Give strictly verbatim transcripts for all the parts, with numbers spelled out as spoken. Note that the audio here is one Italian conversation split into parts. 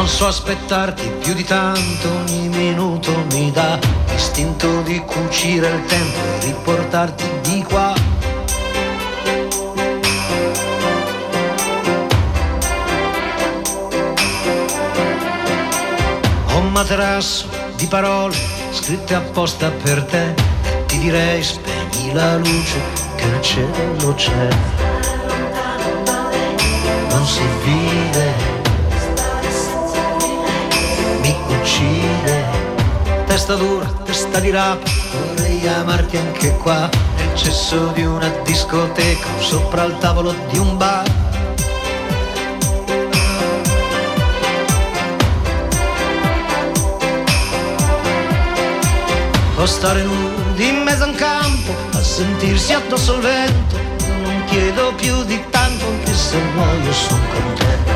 Non so aspettarti più di tanto, ogni minuto mi dà l'istinto di cucire il tempo e riportarti di qua. Ho un materasso di parole scritte apposta per te, e ti direi spegni la luce che il cielo c'è. Non si vive, mi uccide, testa dura, testa di rapa, vorrei amarti anche qua, nel cesso di una discoteca, sopra il tavolo di un bar. O stare nudi in mezzo a un campo, a sentirsi addosso al vento, non chiedo più di tanto, anche se muoio son contento.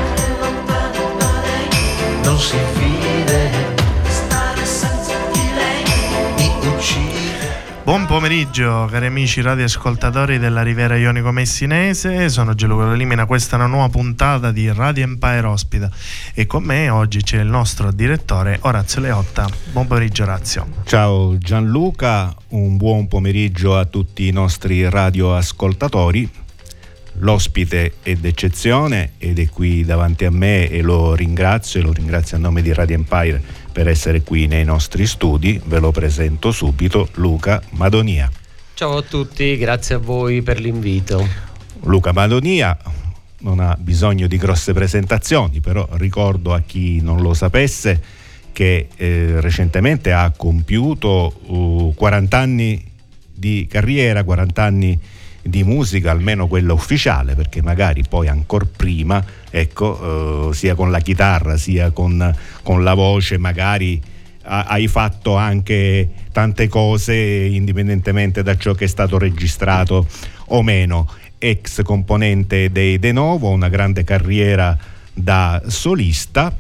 Non si vive, stare senza di lei mi uccide. Buon pomeriggio cari amici radioascoltatori della Riviera Ionico Messinese, sono Gianluca Limina, questa è una nuova puntata di Radio Empire Ospita e con me oggi c'è il nostro direttore Orazio Leotta. Buon pomeriggio Orazio. Ciao Gianluca, un buon pomeriggio a tutti i nostri radioascoltatori. L'ospite è d'eccezione ed è qui davanti a me e lo ringrazio e lo ringrazio a nome di Radio Empire per essere qui nei nostri studi. Ve lo presento subito, Luca Madonia. Ciao a tutti, grazie a voi per l'invito. Luca Madonia non ha bisogno di grosse presentazioni, però ricordo a chi non lo sapesse che eh, recentemente ha compiuto uh, quaranta anni di carriera, quaranta anni di musica, almeno quella ufficiale, perché magari poi ancora prima, ecco, eh, sia con la chitarra sia con, con la voce, magari ha, hai fatto anche tante cose indipendentemente da ciò che è stato registrato o meno. Ex componente dei De Novo, una grande carriera da solista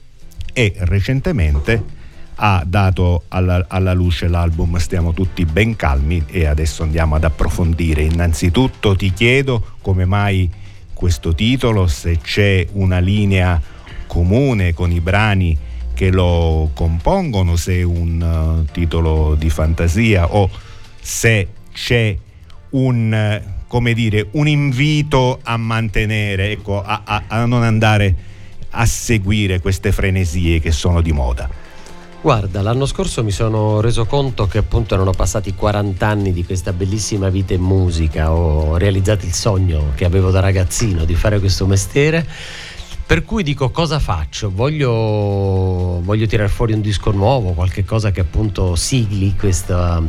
e recentemente ha dato alla, alla luce l'album Stiamo tutti ben calmi e adesso andiamo ad approfondire. Innanzitutto ti chiedo come mai questo titolo, se c'è una linea comune con i brani che lo compongono, se è un uh, titolo di fantasia o se c'è un, uh, come dire, un invito a mantenere, ecco, a, a, a non andare a seguire queste frenesie che sono di moda. Guarda, l'anno scorso mi sono reso conto che appunto erano passati quaranta anni di questa bellissima vita in musica, ho realizzato il sogno che avevo da ragazzino di fare questo mestiere, per cui dico cosa faccio? Voglio, voglio tirare fuori un disco nuovo, qualche cosa che appunto sigli questa,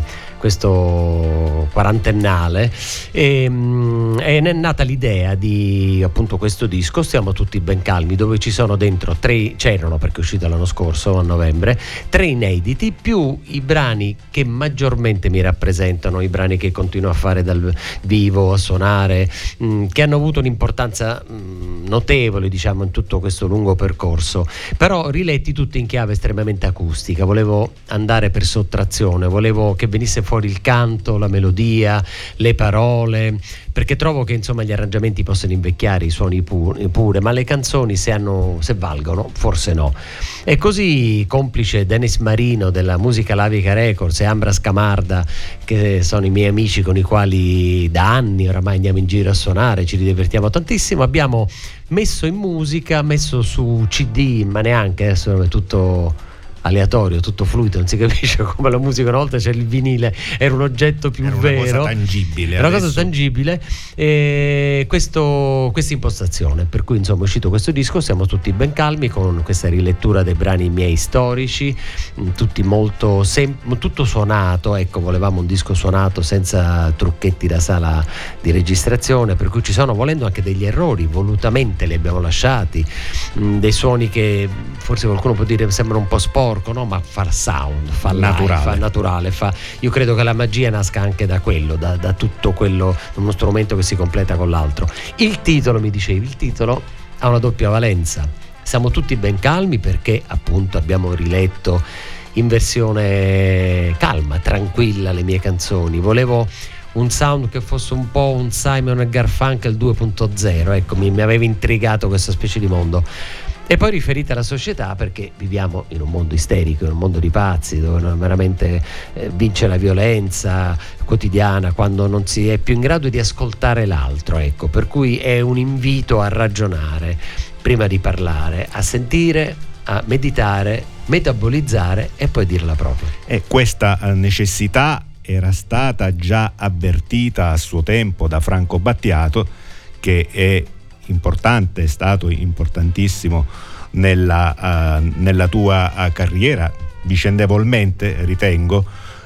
questo quarantennale e, e ne è nata l'idea di appunto questo disco Stiamo tutti ben calmi, dove ci sono dentro tre, c'erano perché è uscito l'anno scorso a novembre, tre inediti più i brani che maggiormente mi rappresentano, i brani che continuo a fare dal vivo, a suonare, mh, che hanno avuto un'importanza mh, notevole diciamo in tutto questo lungo percorso, però riletti tutti in chiave estremamente acustica. Volevo andare per sottrazione, volevo che venisse fuori il canto, la melodia, le parole, perché trovo che insomma gli arrangiamenti possono invecchiare, i suoni pure, pure ma le canzoni se hanno, se valgono, forse no. E così, complice Dennis Marino della Musica Lavica Records e Ambra Scamarda, che sono i miei amici con i quali da anni oramai andiamo in giro a suonare, ci divertiamo tantissimo, abbiamo messo in musica, messo su C D, ma neanche, adesso è tutto aleatorio, tutto fluido, non si capisce come la musica. Una volta c'era il vinile, era un oggetto più era una vero, cosa tangibile, era una adesso. cosa tangibile e questo, questa impostazione, per cui insomma è uscito questo disco Siamo tutti ben calmi, con questa rilettura dei brani miei storici, tutti molto sem- tutto suonato, ecco, volevamo un disco suonato senza trucchetti da sala di registrazione, per cui ci sono, volendo, anche degli errori, volutamente li abbiamo lasciati, mh, dei suoni che forse qualcuno può dire sembrano un po' sporchi, no, ma fa sound, fa naturale, live, fa naturale, fa... io credo che la magia nasca anche da quello, da, da tutto quello, uno strumento che si completa con l'altro. Il titolo, mi dicevi, il titolo ha una doppia valenza. Siamo tutti ben calmi perché appunto abbiamo riletto in versione calma, tranquilla le mie canzoni. Volevo un sound che fosse un po' un Simon e Garfunkel due punto zero, ecco, mi, mi aveva intrigato questa specie di mondo. E poi riferite alla società, perché viviamo in un mondo isterico, in un mondo di pazzi, dove veramente eh, vince la violenza quotidiana, quando non si è più in grado di ascoltare l'altro, ecco. Per cui è un invito a ragionare prima di parlare, a sentire, a meditare, metabolizzare e poi dire la propria. E questa necessità era stata già avvertita a suo tempo da Franco Battiato, che è importante, è stato importantissimo nella, uh, nella tua uh, carriera, vicendevolmente ritengo,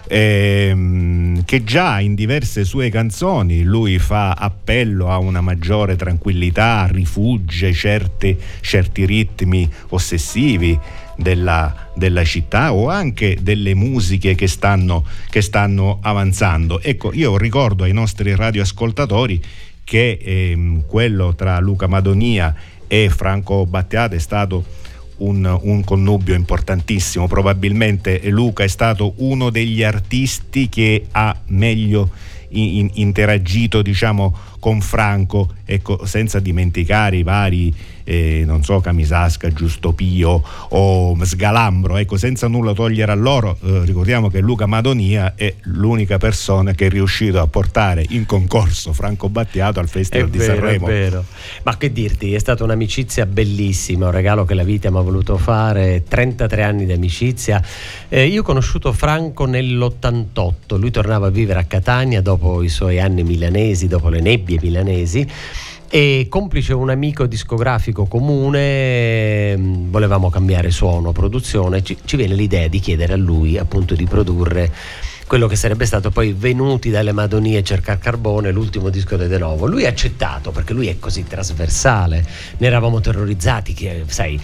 ehm, che già in diverse sue canzoni lui fa appello a una maggiore tranquillità, rifugge certi, certi ritmi ossessivi della, della città o anche delle musiche che stanno, che stanno avanzando. Ecco, io ricordo ai nostri radioascoltatori che ehm, quello tra Luca Madonia e Franco Battiato è stato un, un connubio importantissimo. Probabilmente Luca è stato uno degli artisti che ha meglio in, in, interagito, diciamo, con Franco, ecco, senza dimenticare i vari eh, non so, Camisasca, Giusto Pio o Sgalambro, ecco, senza nulla togliere a loro. Eh, ricordiamo che Luca Madonia è l'unica persona che è riuscito a portare in concorso Franco Battiato al Festival è di vero, Sanremo. È vero. Ma che dirti, è stata un'amicizia bellissima, un regalo che la vita mi ha voluto fare, trentatré anni di amicizia. Eh, io ho conosciuto Franco nell'ottantotto, lui tornava a vivere a Catania dopo i suoi anni milanesi, dopo le nebbie milanesi, e complice un amico discografico comune, volevamo cambiare suono, produzione, ci, ci viene l'idea di chiedere a lui appunto di produrre quello che sarebbe stato poi Venuti dalle Madonie, Cercar Carbone, l'ultimo disco di De Novo. Lui ha accettato perché lui è così trasversale, ne eravamo terrorizzati, che sai,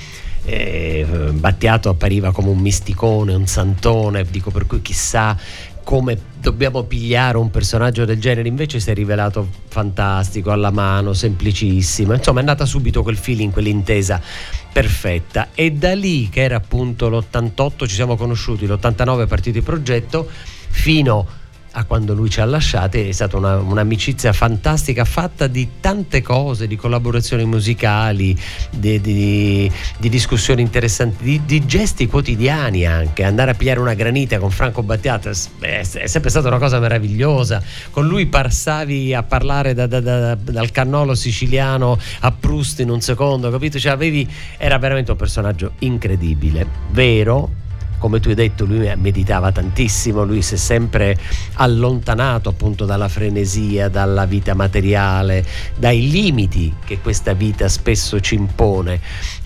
eh, Battiato appariva come un misticone, un santone, dico, per cui chissà come dobbiamo pigliare un personaggio del genere. Invece si è rivelato fantastico, alla mano, semplicissimo, insomma è nata subito quel feeling, quell'intesa perfetta, e da lì, che era appunto l'ottantotto, ci siamo conosciuti, l'ottantanove è partito il progetto, fino a quando lui ci ha lasciati. È stata una, un'amicizia fantastica, fatta di tante cose, di collaborazioni musicali, di, di, di discussioni interessanti, di, di gesti quotidiani anche. Andare a pigliare una granita con Franco Battiato è, è sempre stata una cosa meravigliosa. Con lui passavi a parlare da, da, da, dal cannolo siciliano a Proust in un secondo, capito? Cioè avevi, era veramente un personaggio incredibile, vero? Come tu hai detto, lui meditava tantissimo, lui si è sempre allontanato appunto dalla frenesia, dalla vita materiale, dai limiti che questa vita spesso ci impone,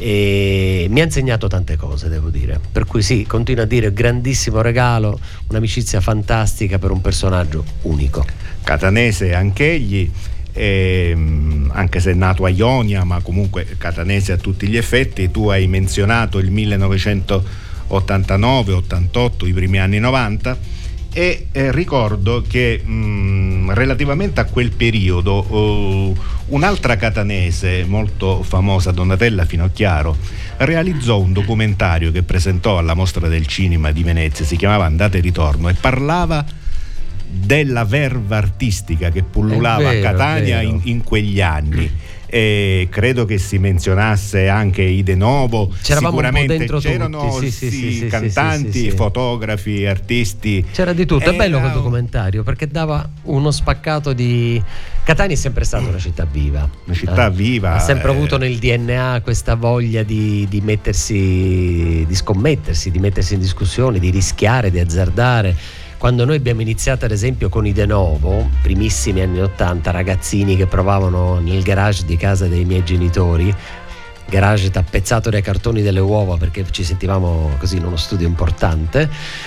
e mi ha insegnato tante cose, devo dire. Per cui sì, continuo a dire grandissimo regalo, un'amicizia fantastica per un personaggio unico. Catanese anch'egli, ehm, anche se è nato a Ionia, ma comunque catanese a tutti gli effetti. Tu hai menzionato il millenovecentottantanove ottantotto, i primi anni novanta, e eh, ricordo che mh, relativamente a quel periodo uh, un'altra catanese molto famosa, Donatella Finocchiaro, realizzò un documentario che presentò alla Mostra del Cinema di Venezia, si chiamava Andata e Ritorno, e parlava della verva artistica che pullulava vero, a Catania in, in quegli anni. E credo che si menzionasse anche i De Novo. C'eravamo sicuramente un po' dentro c'erano tutti, sì, sì, sì, sì, cantanti, sì, sì, sì. fotografi, artisti. C'era di tutto. È Era... bello quel documentario perché dava uno spaccato di... Catania è sempre stata una città viva, una città eh? viva, ha sempre eh... avuto nel D N A questa voglia di, di mettersi, di scommettersi, di mettersi in discussione, di rischiare, di azzardare. Quando noi abbiamo iniziato ad esempio con i De Novo, primissimi anni ottanta, ragazzini che provavano nel garage di casa dei miei genitori, garage tappezzato dai cartoni delle uova perché ci sentivamo così in uno studio importante,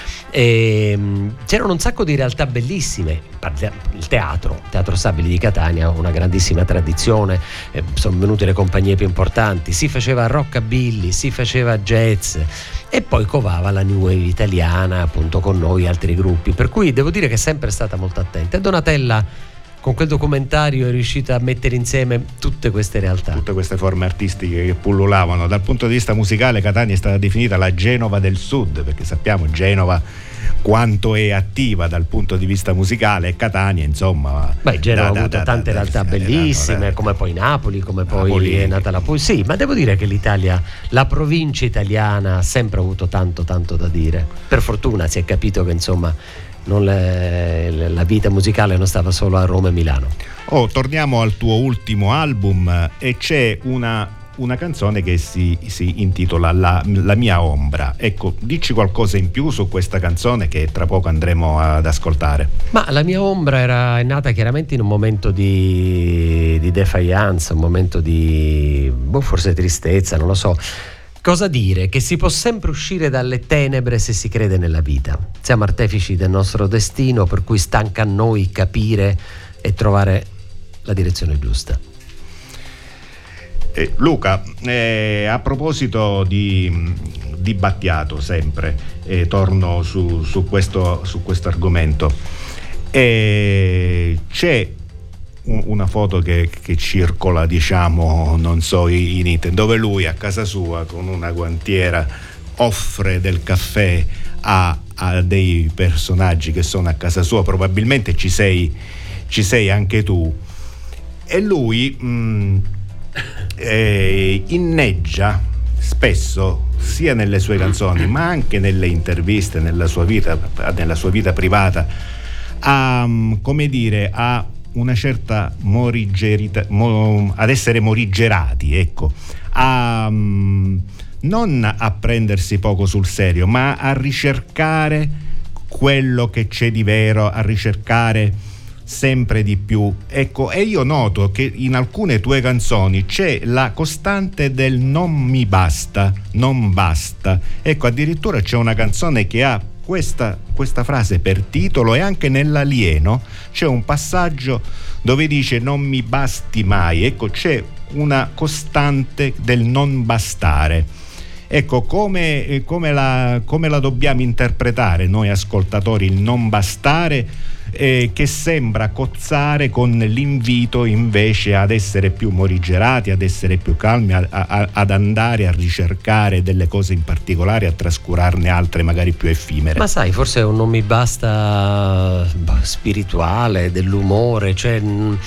e c'erano un sacco di realtà bellissime. Il teatro, Teatro Stabili di Catania, una grandissima tradizione, eh, sono venute le compagnie più importanti, si faceva rockabilly, si faceva jazz, e poi covava la new wave italiana appunto con noi altri gruppi, per cui devo dire che è sempre stata molto attenta. E Donatella con quel documentario è riuscito a mettere insieme tutte queste realtà, tutte queste forme artistiche che pullulavano. Dal punto di vista musicale Catania è stata definita la Genova del Sud, perché sappiamo Genova quanto è attiva dal punto di vista musicale, e Catania insomma. Beh, Genova da, ha avuto da, tante da, realtà da, bellissime, da, da, come poi Napoli, come Napoli. Poi è nata la poesia. Sì, ma devo dire che l'Italia, la provincia italiana ha sempre avuto tanto tanto da dire. Per fortuna si è capito che insomma non le, la vita musicale non stava solo a Roma e Milano. Oh, torniamo al tuo ultimo album, e c'è una una canzone che si, si intitola la, la mia ombra. Ecco, dici qualcosa in più su questa canzone che tra poco andremo ad ascoltare. Ma La mia ombra era, è nata chiaramente in un momento di, di defiance, un momento di boh, forse tristezza, non lo so. Cosa dire? Che si può sempre uscire dalle tenebre se si crede nella vita. Siamo artefici del nostro destino, per cui stanca a noi capire e trovare la direzione giusta. Eh, Luca, eh, a proposito di, di Battiato, sempre eh, torno su, su questo su questo argomento. Eh, c'è un, una foto che, che circola, diciamo, non so, in internet, dove lui a casa sua con una guantiera offre del caffè a, a dei personaggi che sono a casa sua. Probabilmente ci sei, ci sei anche tu. E lui mh, Eh, inneggia spesso, sia nelle sue canzoni ma anche nelle interviste, nella sua vita, nella sua vita privata, a, come dire, a una certa morigerità, mo, ad essere morigerati, ecco, a, non a prendersi poco sul serio, ma a ricercare quello che c'è di vero, a ricercare sempre di più. Ecco, e io noto che in alcune tue canzoni c'è la costante del non mi basta, non basta. Ecco, addirittura c'è una canzone che ha questa, questa frase per titolo, e anche nell'Alieno c'è un passaggio dove dice non mi basti mai. Ecco, c'è una costante del non bastare. Ecco, come, come, la, come la dobbiamo interpretare noi ascoltatori, il non bastare, eh, che sembra cozzare con l'invito invece ad essere più morigerati, ad essere più calmi, a, a, ad andare a ricercare delle cose in particolare, a trascurarne altre magari più effimere. Ma sai, forse è un non mi basta spirituale, dell'umore, cioè mh,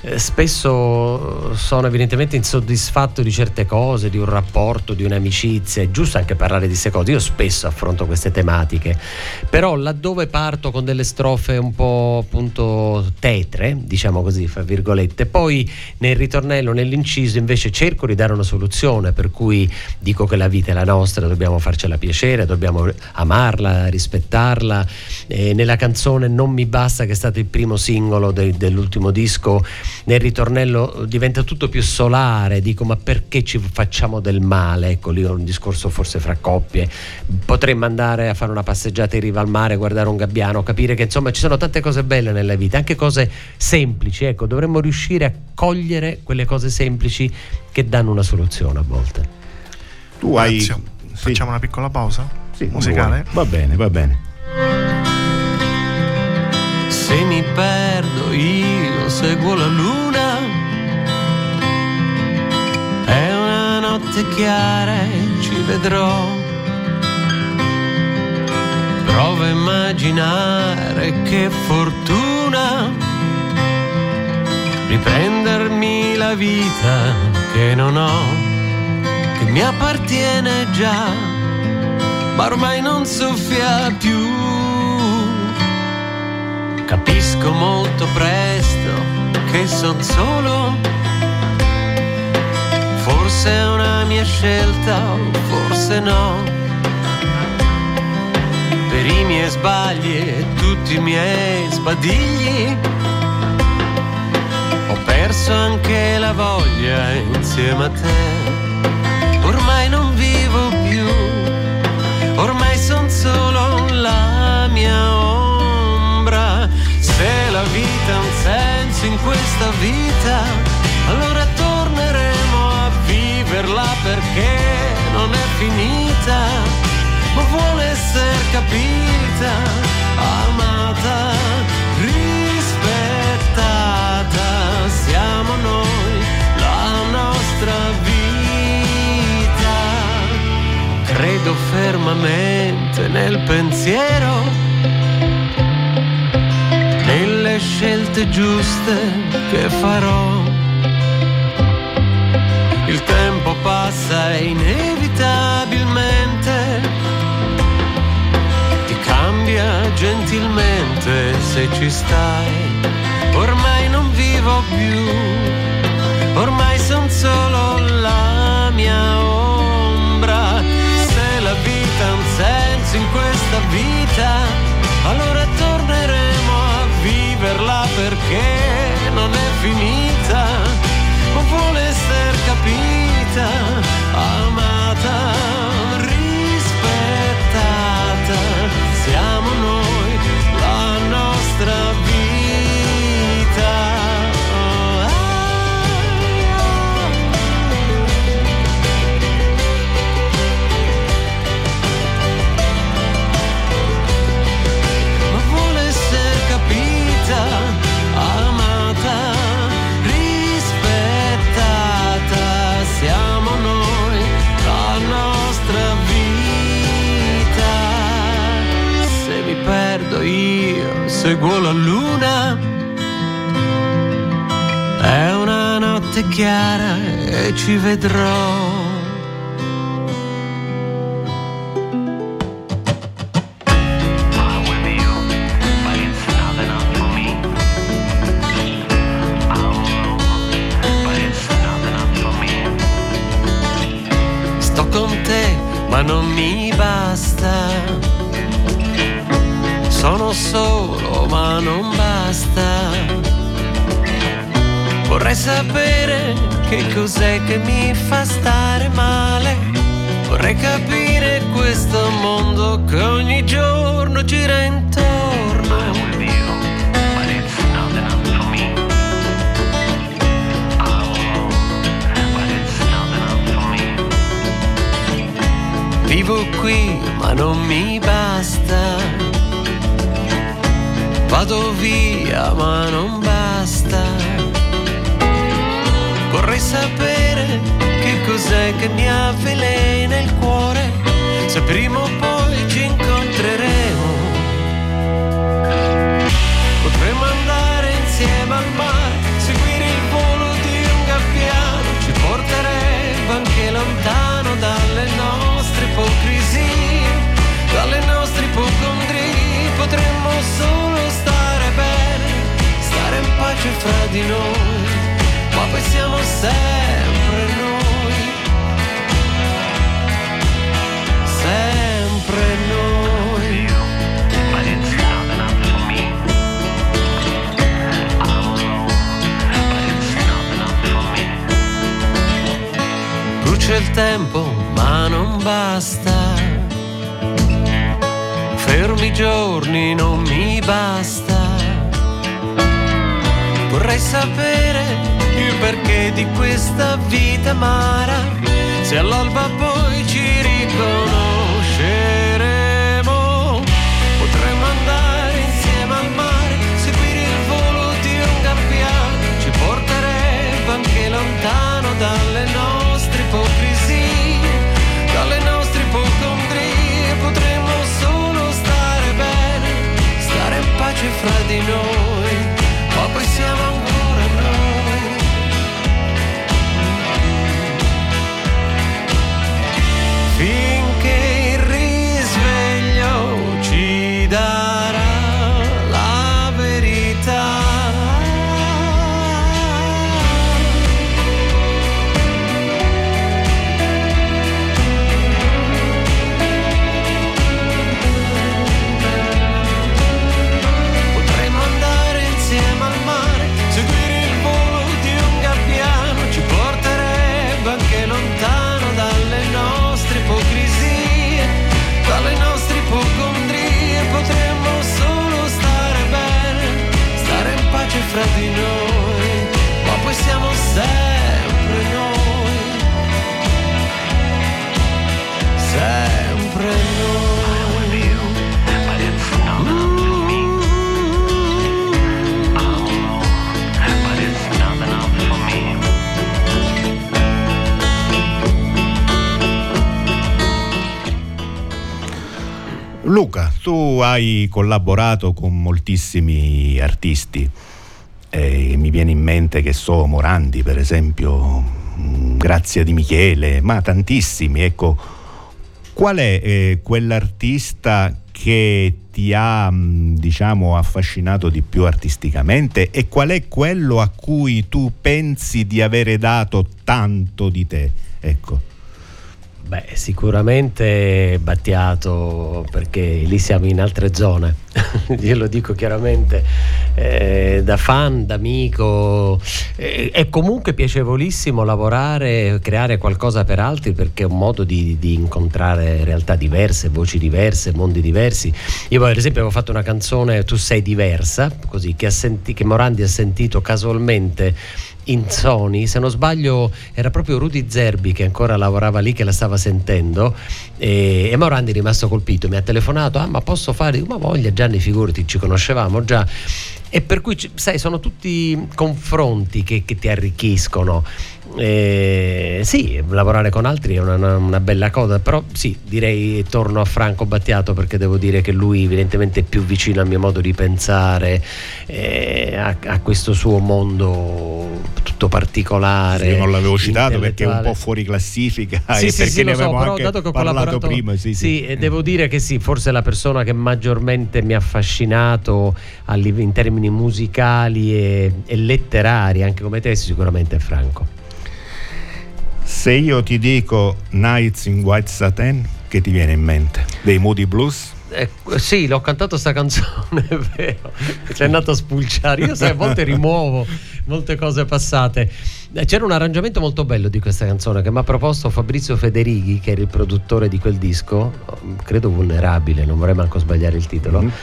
spesso sono evidentemente insoddisfatto di certe cose, di un rapporto, di un'amicizia. È giusto anche parlare di queste cose. Io spesso affronto queste tematiche, però laddove parto con delle strofe un po' appunto tetre, diciamo così, fra virgolette, poi nel ritornello, nell'inciso invece cerco di dare una soluzione, per cui dico che la vita è la nostra, dobbiamo farcela piacere, dobbiamo amarla, rispettarla. E nella canzone Non mi basta, che è stato il primo singolo de- dell'ultimo disco, nel ritornello diventa tutto più solare, dico ma perché ci facciamo del male? Ecco, lì ho un discorso forse fra coppie. Potremmo andare a fare una passeggiata in riva al mare, guardare un gabbiano, capire che insomma ci sono tante cose belle nella vita, anche cose semplici. Ecco, dovremmo riuscire a cogliere quelle cose semplici che danno una soluzione a volte. Tu hai... Sì. Facciamo una piccola pausa? Sì, musicale? Va bene, va bene. Se mi perdo io seguo la luna, è una notte chiara e ci vedrò. Provo a immaginare che fortuna riprendermi la vita che non ho, che mi appartiene già, ma ormai non soffia più. Capisco molto presto che son solo, forse è una mia scelta o forse no. Per i miei sbagli e tutti i miei sbadigli ho perso anche la voglia insieme a te. Ormai non vivo più, ormai son solo la mia ombra. Se la vita ha un senso in questa vita, allora torneremo a viverla, perché non è finita, ma vuole essere capita, amata, rispettata. siamo noi, la nostra vita. Credo fermamente nel pensiero, nelle scelte giuste che farò. Il tempo passa inevitabilmente, ti cambia gentilmente se ci stai. Ormai non vivo più, ormai son solo la mia ombra. Se la vita ha un senso in questa vita, allora torneremo a viverla perché non è finita, ma vuole essere capita, amata, rispettata. Siamo noi, la nostra vita. Ma vuole essere capita, amata, rispettata. Siamo noi, la nostra vita. Se mi perdo io, seguo la luna. È una notte chiara e ci vedrò. Sto con te, ma non mi basta. Sono solo, ma non basta. Vorrei sapere che cos'è che mi fa stare male. Vorrei capire questo mondo che ogni giorno gira intorno. Vivo qui, ma non mi basta. Vado via, ma non basta. Vorrei sapere che cos'è che mi avvelena il cuore, se prima o poi ci incontreremo. Potremmo andare insieme al mare, seguire il volo di un gabbiano, ci porterebbe anche lontano dalle nostre ipocrisie, dalle nostre ipocondrie. Potremmo solo stare bene, stare in pace fra di noi, ma poi siamo sempre noi, sempre noi. But it's not enough for me. I'm alone, but it's not enough for me. Brucia il tempo, ma non basta. Fermi i giorni, non mi basta. Vorrei sapere il perché di questa vita amara, se all'alba poi ci riconosceremo. Potremmo andare insieme al mare, seguire il volo di un gabbiano, ci porterebbe anche lontano dalle nostre ipocrisie, dalle nostre ipocondrie. Potremmo solo stare bene, stare in pace fra di noi, ma poi siamo ancora noi. Finché il Luca, tu hai collaborato con moltissimi artisti, eh, mi viene in mente, che so, Morandi per esempio, Grazia Di Michele, ma tantissimi. Ecco, qual è eh, quell'artista che ti ha, diciamo, affascinato di più artisticamente, e qual è quello a cui tu pensi di avere dato tanto di te? Ecco. Beh, sicuramente Battiato, perché lì siamo in altre zone. Io lo dico chiaramente, eh, da fan, da amico. Eh, è comunque piacevolissimo lavorare, creare qualcosa per altri, perché è un modo di, di incontrare realtà diverse, voci diverse, mondi diversi. Io per esempio avevo fatto una canzone, Tu sei diversa, così, che, ha senti- che Morandi ha sentito casualmente in Sony, se non sbaglio era proprio Rudy Zerbi che ancora lavorava lì, che la stava sentendo, e, e Morandi è rimasto colpito, mi ha telefonato: ah, ma posso fare? Dico, ma voglia Gianni, figurati, ci conoscevamo già. E per cui, sai, sono tutti confronti che, che ti arricchiscono. Eh, sì, lavorare con altri è una, una, una bella cosa, però sì, direi torno a Franco Battiato, perché devo dire che lui evidentemente è più vicino al mio modo di pensare, eh, a, a questo suo mondo tutto particolare. Sì, io non l'avevo citato perché è un po' fuori classifica, sì, e sì, perché sì, ne lo so, avevamo però anche dato che ho parlato collaborato prima. Sì, sì, sì. E devo dire che sì, forse la persona che maggiormente mi ha affascinato in termini musicali e, e letterari, anche come te, sicuramente è Franco. Se io ti dico Nights in White Satin, che ti viene in mente? Dei Moody Blues? Eh, sì, l'ho cantato sta canzone, è vero, c'è andato a spulciare. Io sai, a volte rimuovo molte cose passate. C'era un arrangiamento molto bello di questa canzone che mi ha proposto Fabrizio Federighi, che era il produttore di quel disco, credo Vulnerabile, non vorrei manco sbagliare il titolo. Mm-hmm.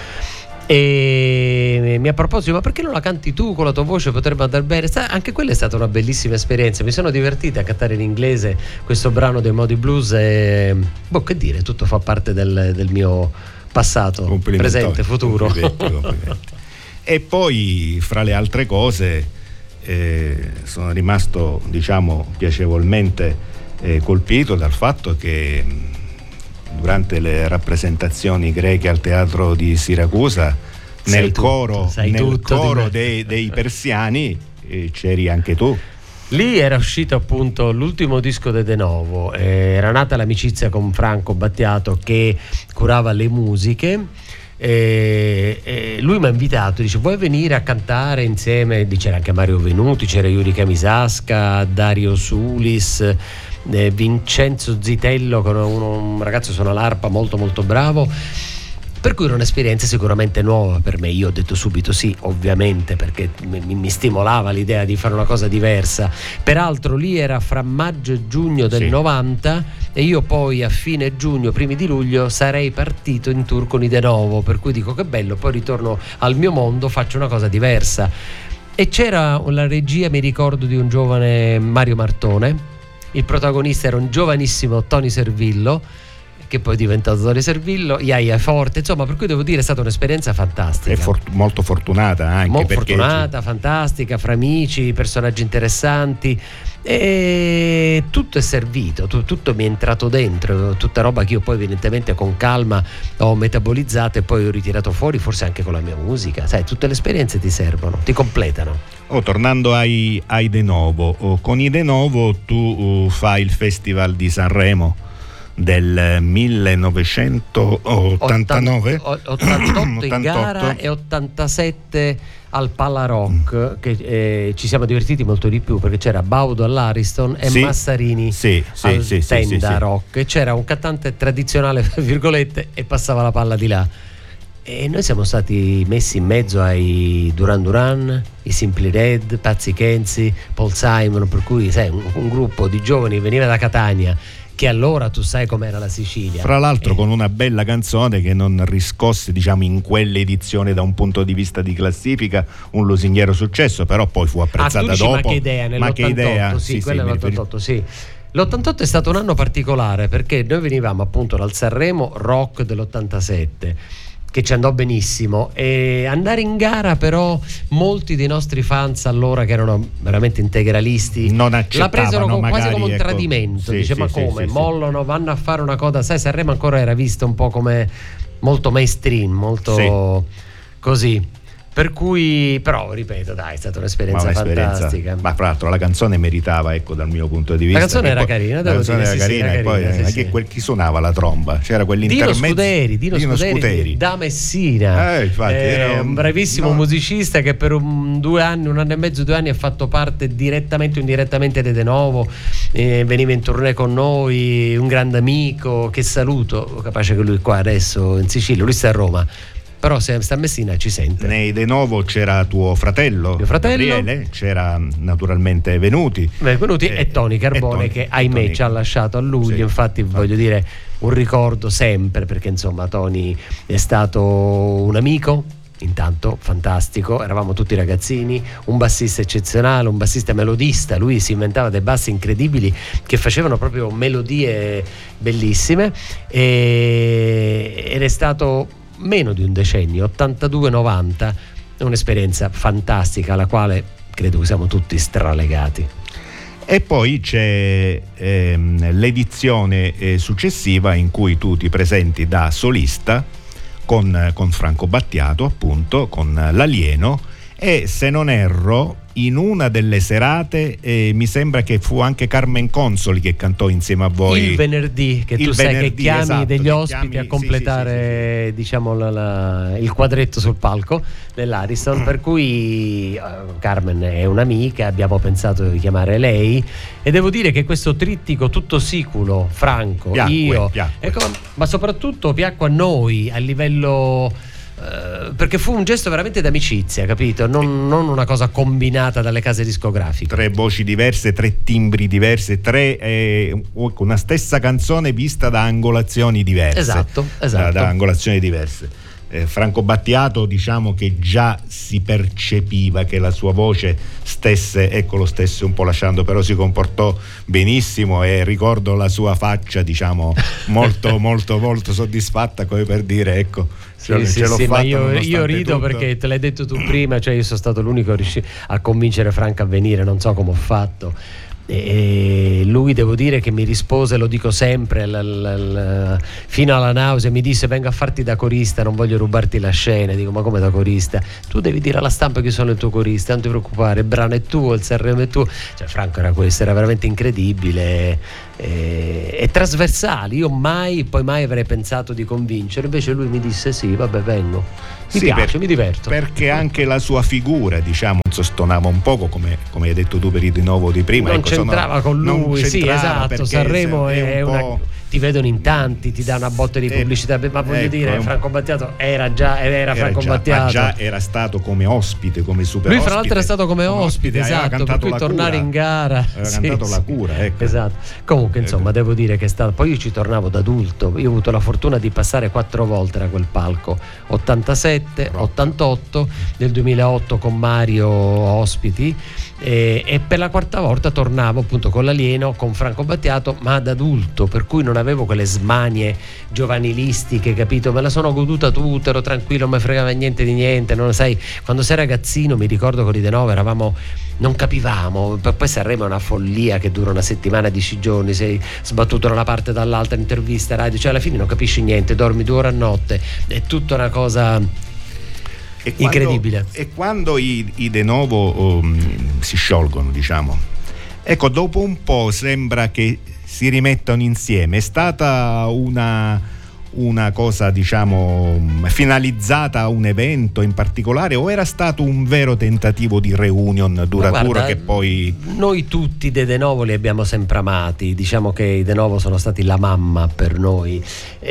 E mi ha proposto: ma perché non la canti tu con la tua voce, potrebbe andare bene. Anche quella è stata una bellissima esperienza, mi sono divertita a cantare in inglese questo brano dei Moody Blues e boh, che dire, tutto fa parte del, del mio passato, presente, futuro. Complimenti, complimenti. E poi, fra le altre cose, eh, sono rimasto, diciamo, piacevolmente eh, colpito dal fatto che durante le rappresentazioni greche al teatro di Siracusa, sei nel tutto, coro, nel coro di dei, dei persiani, eh, c'eri anche tu. Lì era uscito appunto l'ultimo disco de De Novo, eh, era nata l'amicizia con Franco Battiato che curava le musiche. E, e lui mi ha invitato, dice: vuoi venire a cantare insieme? C'era anche Mario Venuti, c'era Yurika Misasca, Dario Sulis, eh, Vincenzo Zitello, che è un ragazzo che suona l'arpa molto molto bravo. Per cui era un'esperienza sicuramente nuova per me. Io ho detto subito sì, ovviamente, perché mi, mi stimolava l'idea di fare una cosa diversa. Peraltro lì era fra maggio e giugno del sì. novanta, e io poi a fine giugno, primi di luglio, sarei partito in tour con i De Novo, per cui dico che bello, poi ritorno al mio mondo, faccio una cosa diversa. E c'era la regia, mi ricordo, di un giovane Mario Martone, il protagonista era un giovanissimo Tony Servillo, che poi è diventato Tony Servillo, Iaia Forte, insomma, per cui devo dire è stata un'esperienza fantastica. E fort- molto fortunata anche. Molto perché fortunata, ci... fantastica, fra amici, personaggi interessanti, e tutto è servito, tu- tutto mi è entrato dentro, tutta roba che io poi evidentemente con calma ho metabolizzato e poi ho ritirato fuori, forse anche con la mia musica. Sai, tutte le esperienze ti servono, ti completano. Oh, tornando ai, ai De Novo, oh, con i De Novo tu uh, fai il Festival di Sanremo del millenovecentottantanove, ottantotto in gara e ottantasette al Pala Rock, mm. che eh, ci siamo divertiti molto di più perché c'era Baudo all'Ariston e sì, Massarini sì, sì, al sì, Tenda sì, sì, Rock, e c'era un cantante tradizionale, fra virgolette, e passava la palla di là. E noi siamo stati messi in mezzo ai Duran Duran, i Simply Red, Pazzi Kenzi, Paul Simon, per cui sai, un, un gruppo di giovani veniva da Catania, che allora tu sai com'era la Sicilia. Fra l'altro eh. con una bella canzone che non riscosse, diciamo, in quell'edizione da un punto di vista di classifica un lusinghiero successo, però poi fu apprezzata ah, tu dici, dopo. Ma che idea, nell'ottantotto, ma che idea, sì, sì, quella sì, nell'ottantotto, sì. L'ottantotto è stato un anno particolare perché noi venivamo appunto dal Sanremo Rock dell'ottantasette, che ci andò benissimo, e andare in gara però molti dei nostri fans allora, che erano veramente integralisti, non la presero con, magari, quasi come un ecco, tradimento, sì, dice sì, ma sì, come sì, mollano, vanno a fare una cosa, sai, Sanremo ancora era visto un po' come molto mainstream, molto Sì. così. Per cui, però, ripeto, dai, è stata un'esperienza, Ma un'esperienza- fantastica. Ma fra l'altro la canzone meritava, ecco, dal mio punto di vista. La canzone E era poi- carina, la devo canzone dire, era sì, sì, carina, era e poi carina, sì, anche sì. quel, chi suonava la tromba? C'era Dino quell'intermezzo. Scuderi, Dino, Scuderi, da Messina. Eh, infatti, Eh, era un bravissimo no. musicista che per un, due anni, un anno e mezzo, due anni ha fatto parte direttamente o indirettamente di De Novo, eh, veniva in tournée con noi, un grande amico che saluto, capace che lui qua adesso in Sicilia, lui sta a Roma, però se sta a Messina ci sente. Nei De Novo c'era tuo fratello, Mio fratello. Gabriele, c'era naturalmente Venuti. Benvenuti Eh, e Tony Carbone e Tony- che ahimè Tony- ci ha lasciato a luglio. Sì, infatti, infatti. voglio dire un ricordo sempre, perché insomma Tony è stato un amico, intanto fantastico, eravamo tutti ragazzini, un bassista eccezionale, un bassista melodista, lui si inventava dei bassi incredibili che facevano proprio melodie bellissime, e, ed è stato meno di un decennio, ottantadue novanta, è un'esperienza fantastica alla quale credo che siamo tutti stralegati. E poi c'è ehm, l'edizione eh, successiva in cui tu ti presenti da solista con, con Franco Battiato, appunto, con l'Alieno, e se non erro in una delle serate eh, mi sembra che fu anche Carmen Consoli che cantò insieme a voi Il venerdì, che Il tu sai che venerdì, chiami esatto, degli che ospiti chiami- a sì, completare sì, sì, diciamo la- la- il quadretto sul palco dell'Ariston, per cui eh, Carmen è un'amica, abbiamo pensato di chiamare lei, e devo dire che questo trittico tutto siculo, Franco, Piacque, io piacque. ecco, ma soprattutto piacque a noi a livello eh, perché fu un gesto veramente d'amicizia, capito? Non, non una cosa combinata dalle case discografiche. tre voci diverse, tre timbri diversi, tre eh, una stessa canzone vista da angolazioni diverse. Esatto, Da, esatto. da angolazioni diverse. Eh, Franco Battiato, diciamo che già si percepiva che la sua voce stesse, ecco, lo stesse un po' lasciando, però si comportò benissimo, e ricordo la sua faccia, diciamo, molto molto molto soddisfatta, come per dire, ecco, Sì, ce, sì, ce l'ho sì, ma fatta io, nonostante io rido tutto. perché te l'hai detto tu prima, cioè io sono stato l'unico a riuscire a convincere Franco a venire, non so come ho fatto, e lui, devo dire che mi rispose, lo dico sempre, l- l- l- fino alla nausea, mi disse: vengo a farti da corista, non voglio rubarti la scena. Dico: ma come da corista? Tu devi dire alla stampa che io sono il tuo corista, non ti preoccupare, il brano è tuo, il Sanremo è tuo. Cioè Franco era questo, era veramente incredibile e, e trasversale. Io mai, poi mai avrei pensato di convincere, invece lui mi disse: sì, vabbè, vengo. Mi Sì, piace, per- mi diverto. Perché anche la sua figura, diciamo, sostonava un poco, come, come hai detto tu per il di nuovo di prima. Non ecco, sono- c'entrava con non lui, sì, c'entrava esatto. perché Sanremo se- è, un una. po'- Ti vedono in tanti, ti dà una botta di Eh, pubblicità, ma voglio ecco, è dire, un- Franco Battiato era già era, era Franco già, Battiato. ma già era stato come ospite, come super Lui fra ospite. l'altro era stato come ospite, aveva esatto, per cantato cui La tornare Cura. in gara. Aveva Sì, cantato sì. La Cura, ecco. Esatto. Comunque, insomma, devo dire che è stato. Poi io ci tornavo da adulto. Io ho avuto la fortuna di passare quattro volte da quel palco: ottantasette, ottantotto, nel duemilaotto con Mario ospiti. E, e per la quarta volta tornavo appunto con l'Alieno, con Franco Battiato, ma ad adulto, per cui non avevo quelle smanie giovanilistiche, capito? Me la sono goduta tutta, ero tranquillo, non mi fregava niente di niente, non sai, quando sei ragazzino, mi ricordo con i De Novo eravamo, non capivamo, poi Sanremo è una follia che dura una settimana, dieci giorni, sei sbattuto da una parte e dall'altra, intervista, radio, cioè alla fine non capisci niente, dormi due ore a notte, è tutta una cosa E quando- incredibile. E quando i, i De Novo um, si sciolgono, diciamo, ecco, dopo un po' sembra che si rimettano insieme. È stata una una cosa, diciamo, finalizzata a un evento in particolare, o era stato un vero tentativo di reunion duraturo? Guarda, che poi noi tutti dei De Novo li abbiamo sempre amati, diciamo che i De Novo sono stati la mamma per noi,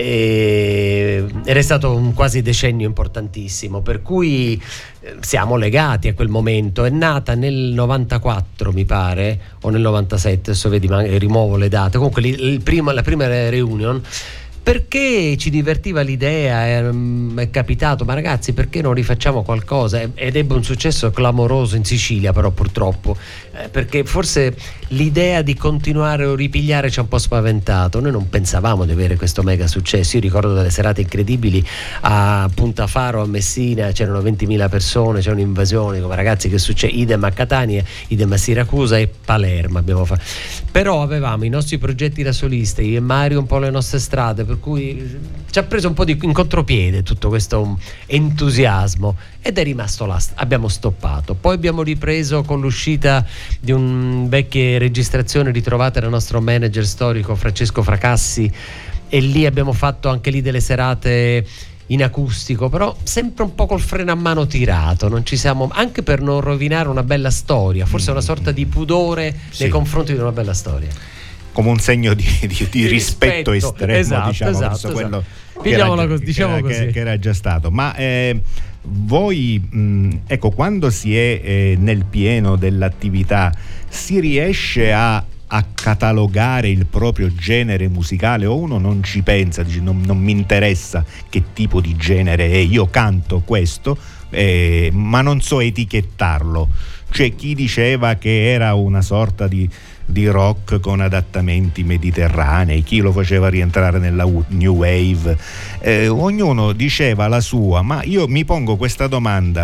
e ed è stato un quasi decennio importantissimo, per cui eh, siamo legati a quel momento. È nata nel novantaquattro, mi pare, o nel novantasette, adesso vedi, ma rimuovo le date, comunque il, il primo, la prima reunion, perché ci divertiva l'idea, è, è capitato, ma ragazzi, perché non rifacciamo qualcosa? Ed ebbe un successo clamoroso in Sicilia, però purtroppo, eh, perché forse l'idea di continuare o ripigliare ci ha un po' spaventato. Noi non pensavamo di avere questo mega successo. Io ricordo delle serate incredibili a Puntafaro, a Messina, c'erano ventimila persone, c'era un'invasione, come ragazzi, che succede? Idem a Catania, idem a Siracusa e Palermo abbiamo fatto. Però avevamo i nostri progetti da solisti, io e Mario un po' le nostre strade, per per cui ci ha preso un po' di in contropiede tutto questo entusiasmo ed è rimasto là, abbiamo stoppato. Poi abbiamo ripreso con l'uscita di un vecchie registrazioni ritrovate dal nostro manager storico Francesco Fracassi, e lì abbiamo fatto anche lì delle serate in acustico, però sempre un po' col freno a mano tirato, non ci siamo, anche per non rovinare una bella storia, forse una sorta di pudore sì. nei confronti di una bella storia, come un segno di, di, di, di rispetto, rispetto estremo, esatto, diciamo, esatto, verso esatto. quello che era, così, che, diciamo era, così. Che, che era già stato. Ma eh, voi, mh, ecco, quando si è eh, nel pieno dell'attività, si riesce a a catalogare il proprio genere musicale, o uno non ci pensa, dice non, non mi interessa che tipo di genere è, io canto questo, eh, ma non so etichettarlo. C'è chi diceva che era una sorta di, di rock con adattamenti mediterranei, chi lo faceva rientrare nella new wave, eh, ognuno diceva la sua, ma io mi pongo questa domanda: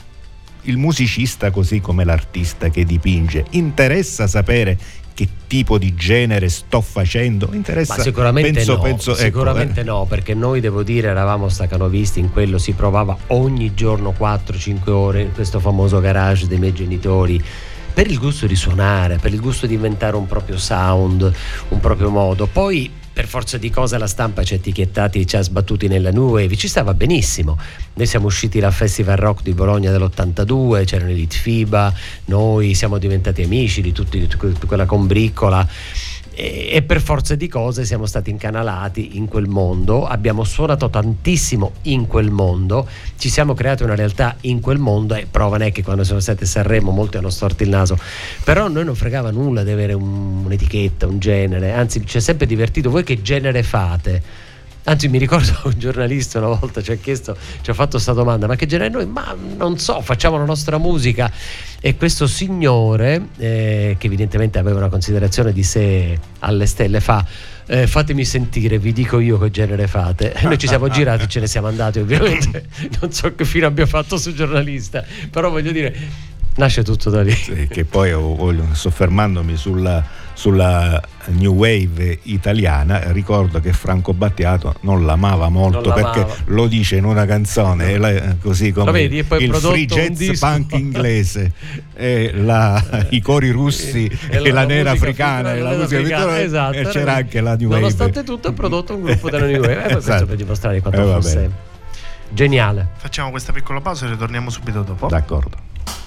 il musicista, così come l'artista che dipinge, interessa sapere che tipo di genere sto facendo? Interessa? Ma sicuramente penso, no, penso, sicuramente ecco, eh. no, perché noi, devo dire, eravamo stacanovisti in quello, si provava ogni giorno quattro cinque ore in questo famoso garage dei miei genitori, per il gusto di suonare, per il gusto di inventare un proprio sound, un proprio modo. Poi per forza di cose la stampa ci ha etichettati, ci ha sbattuti nella new wave, ci stava benissimo. Noi siamo usciti dal Festival Rock di Bologna dell'ottantadue, c'erano i Litfiba, noi siamo diventati amici di tutti, di tutta quella combriccola, e, e per forza di cose siamo stati incanalati in quel mondo, abbiamo suonato tantissimo in quel mondo, ci siamo creati una realtà in quel mondo, e prova ne è che quando siamo stati a Sanremo molti hanno storto il naso, però a noi non fregava nulla di avere un, un'etichetta, un genere, anzi ci è sempre divertito. Voi che genere fate? Anzi, mi ricordo un giornalista una volta ci ha chiesto, ci ha fatto questa domanda: ma che genere? Noi, ma non so, facciamo la nostra musica. E questo signore, eh, che evidentemente aveva una considerazione di sé alle stelle, fa: eh, fatemi sentire, vi dico io che genere fate. E noi ci siamo girati, ce ne siamo andati, ovviamente. Non so che fine abbia fatto sul giornalista, però voglio dire, nasce tutto da lì. Sì, che poi voglio, soffermandomi sulla sulla new wave italiana, ricordo che Franco Battiato non l'amava molto, non l'amava, perché lo dice in una canzone, no. Così come vedi, il free jazz punk inglese, e la, i cori russi e, e la, la nera africana e la musica africana, esatto, e c'era anche la new wave. Nonostante tutto ha prodotto un gruppo della new wave, e esatto. Per dimostrare quanto eh, fosse geniale. Facciamo questa piccola pausa e ritorniamo subito dopo. D'accordo.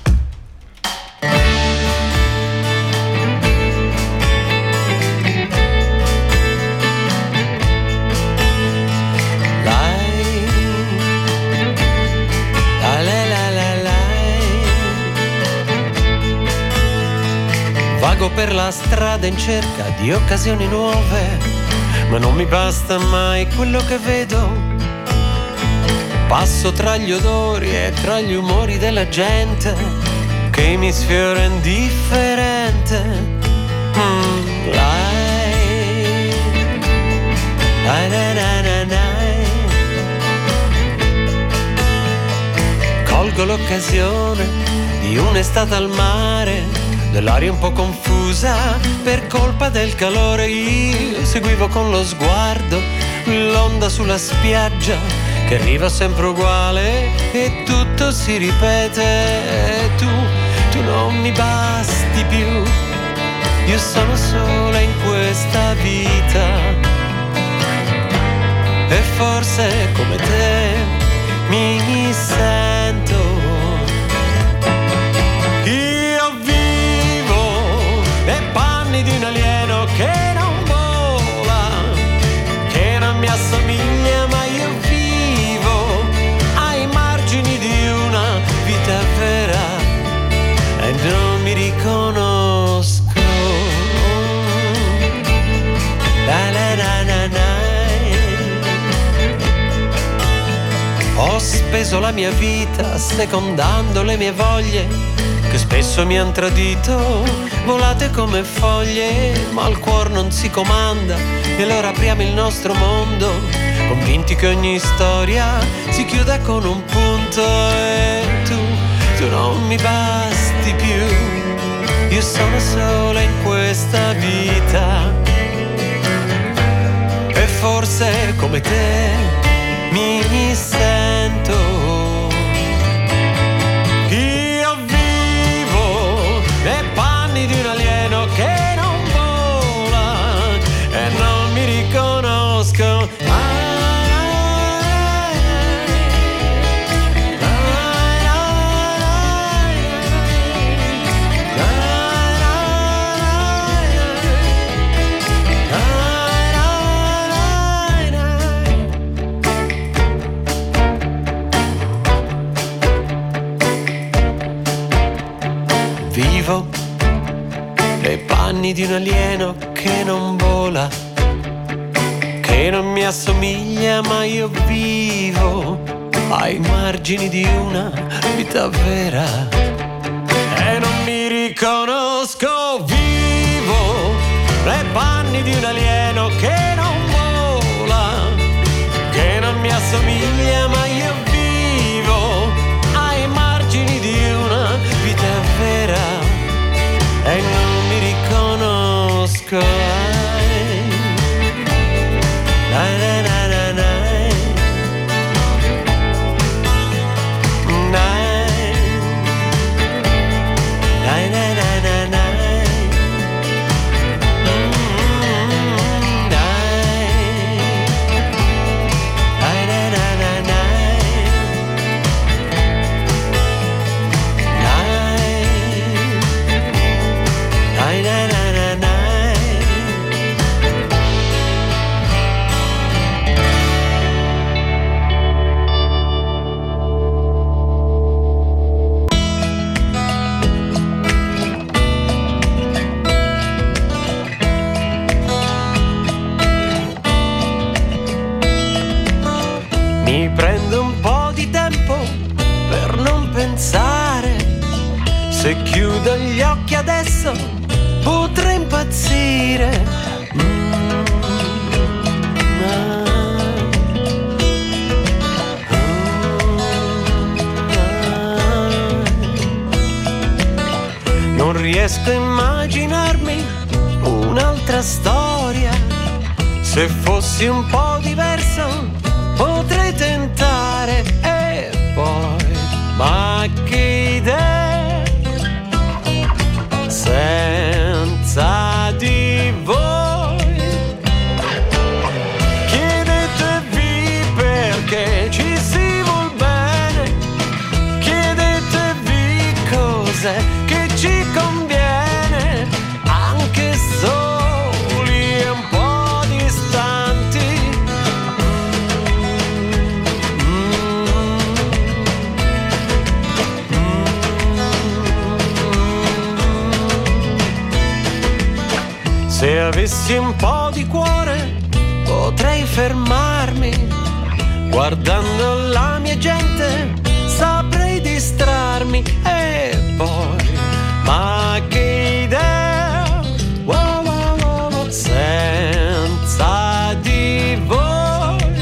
Vago per la strada in cerca di occasioni nuove, ma non mi basta mai quello che vedo. Passo tra gli odori e tra gli umori della gente che mi sfiora indifferente. Mm, lai, lai, lai, lai, lai, lai. Colgo l'occasione di un'estate al mare, dell'aria un po' confusa per colpa del calore. Io seguivo con lo sguardo l'onda sulla spiaggia che arriva sempre uguale e tutto si ripete. E tu, tu non mi basti più, io sono sola in questa vita, e forse come te mi sento. Di un alieno che non vola, che non mi assomiglia, ma io vivo ai margini di una vita vera e non mi riconosco. La la la la la. Ho speso la mia vita secondando le mie voglie, che spesso mi han tradito, volate come foglie, ma il cuore non si comanda, e allora apriamo il nostro mondo, convinti che ogni storia si chiuda con un punto. E tu, tu non mi basti più, io sono sola in questa vita, e forse come te mi sento. Io vivo nei panni di un alieno che non vola e non mi riconosco. Vivo nei panni di un alieno che non vola, che non mi assomiglia, ma io vivo ai margini di una vita vera e non mi riconosco. Vivo nei panni di un alieno che non vola, che non mi assomiglia, ma io vivo ai margini di una vita vera e non mi riconosco. Na, na, na, na, na. Na. Na, na, na, na, na. Mm, na. Na, na, na, na, na. Na, na, na, na, na. Mi prendo un po' di tempo per non pensare. Se chiudo gli occhi adesso potrei impazzire. Mm, ah, ah. Non riesco a immaginarmi un'altra storia. Se fossi un po' diverso potrei tentare e poi, ma che idea senza di voi. Chiedetevi perché ci si vuol bene, chiedetevi cos'è che ci conviene, anche soli e un po' distanti. Se avessi un po' di cuore potrei fermarmi, guardando la mia gente saprei distrarmi e poi, ma che idea, wow, wow, wow, senza di voi.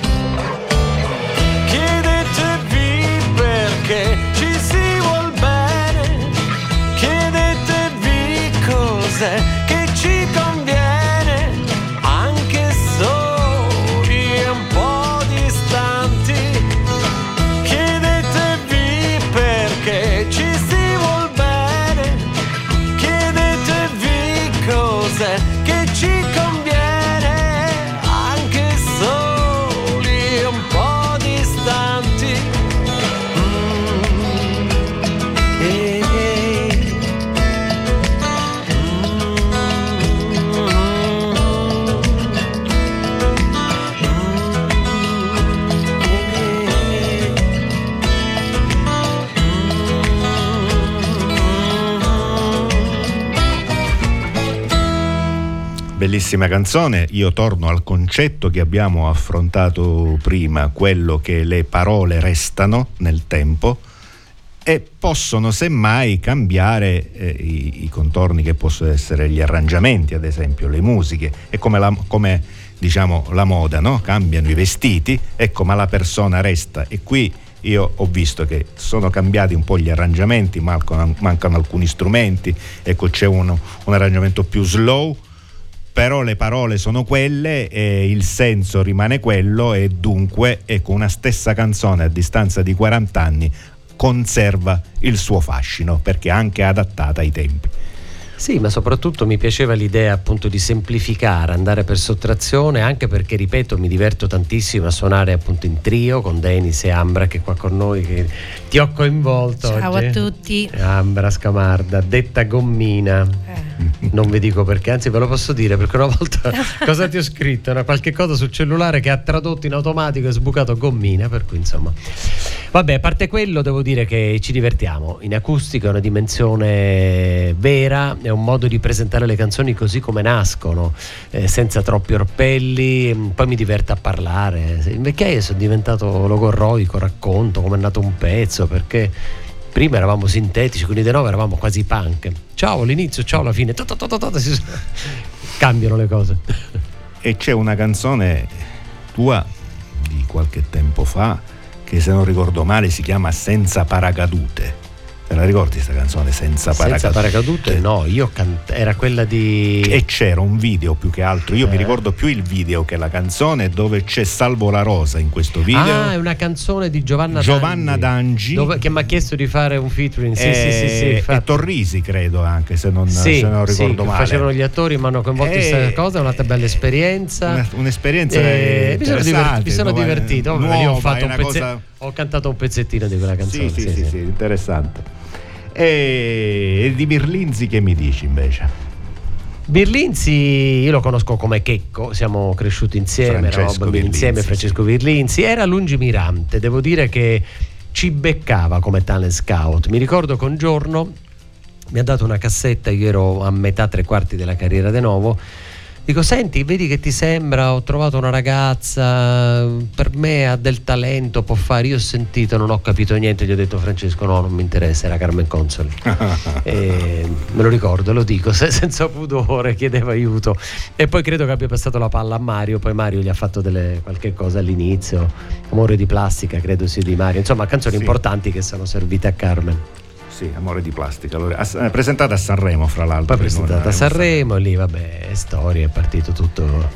Chiedetevi perché ci si vuol bene, chiedetevi cos'è che ci conviene, anche soli e un po' distanti. Chiedetevi perché ci si vuol bene, chiedetevi cos'è che ci conviene, anche soli e un po' distanti. Mm. Eh, eh. Bellissima canzone. Io torno al concetto che abbiamo affrontato prima, quello che le parole restano nel tempo e possono semmai cambiare eh, i, i contorni che possono essere gli arrangiamenti, ad esempio le musiche. È come la, come, diciamo, la moda, no? Cambiano i vestiti, ecco, ma la persona resta. E qui io ho visto che sono cambiati un po' gli arrangiamenti, mancano, mancano alcuni strumenti, ecco, c'è uno, un arrangiamento più slow, però le parole sono quelle e il senso rimane quello, e dunque ecco, una stessa canzone a distanza di quaranta anni conserva il suo fascino perché è anche adattata ai tempi. Sì, ma soprattutto mi piaceva l'idea appunto di semplificare, andare per sottrazione, anche perché, ripeto, mi diverto tantissimo a suonare appunto in trio con Denis e Ambra, che è qua con noi, che ti ho coinvolto. Ciao oggi. a tutti. Ambra Scamarda, detta Gommina. Eh. Non vi dico perché, anzi ve lo posso dire, perché una volta cosa ti ho scritto? Una qualche cosa sul cellulare che ha tradotto in automatico e sbucato Gommina, per cui insomma. Vabbè, a parte quello devo dire che ci divertiamo. In acustica è una dimensione vera, è un modo di presentare le canzoni così come nascono, eh, senza troppi orpelli. Poi mi diverte a parlare. In vecchiaia sono diventato logorroico, racconto come è nato un pezzo, perché prima eravamo sintetici, con i De Nove eravamo quasi punk. Ciao l'inizio, ciao la fine, si cambiano le cose. E c'è una canzone tua di qualche tempo fa che, se non ricordo male, si chiama Senza Paracadute. Te la ricordi questa canzone, Senza Paracadute? Senza Paracadute? No, io cant- era quella di... E c'era un video, più che altro io eh. mi ricordo più il video che la canzone, dove c'è Salvo La Rosa in questo video. Ah, è una canzone di Giovanna Giovanna Dangi, dove, che mi ha chiesto di fare un featuring. Sì, e, sì, sì, sì, e Torrisi, credo, anche se non, sì, se non ricordo sì, male. Facevano gli attori, mi hanno coinvolto in E... questa cosa, è una bella esperienza. Una, un'esperienza eh, mi sono divertito, mi sono nuova, divertito. nuova, Io ho, fatto un pezze- cosa... ho cantato un pezzettino di quella canzone. Sì, sì, sì, sì, sì. sì, interessante. E di Birlinzi che mi dici invece? Birlinzi io lo conosco come Checco, siamo cresciuti insieme, eravamo bambini Birlinzi, insieme, Francesco sì. Birlinzi era lungimirante, devo dire che ci beccava come talent scout. Mi ricordo che un giorno mi ha dato una cassetta, io ero a metà, tre quarti della carriera De Novo. Dico, senti, vedi che ti sembra, ho trovato una ragazza, per me ha del talento, può fare. Io ho sentito, non ho capito niente, gli ho detto, Francesco, no, non mi interessa, era Carmen Consoli. E me lo ricordo, lo dico senza pudore, chiedeva aiuto. E poi credo che abbia passato la palla a Mario, poi Mario gli ha fatto delle, qualche cosa all'inizio, Amore di plastica, credo sia di Mario, insomma canzoni sì. importanti che sono servite a Carmen. Sì, Amore di plastica, allora, eh, presentata a Sanremo, fra l'altro. Poi presentata a Sanremo, lì vabbè, è storia, è partito tutto.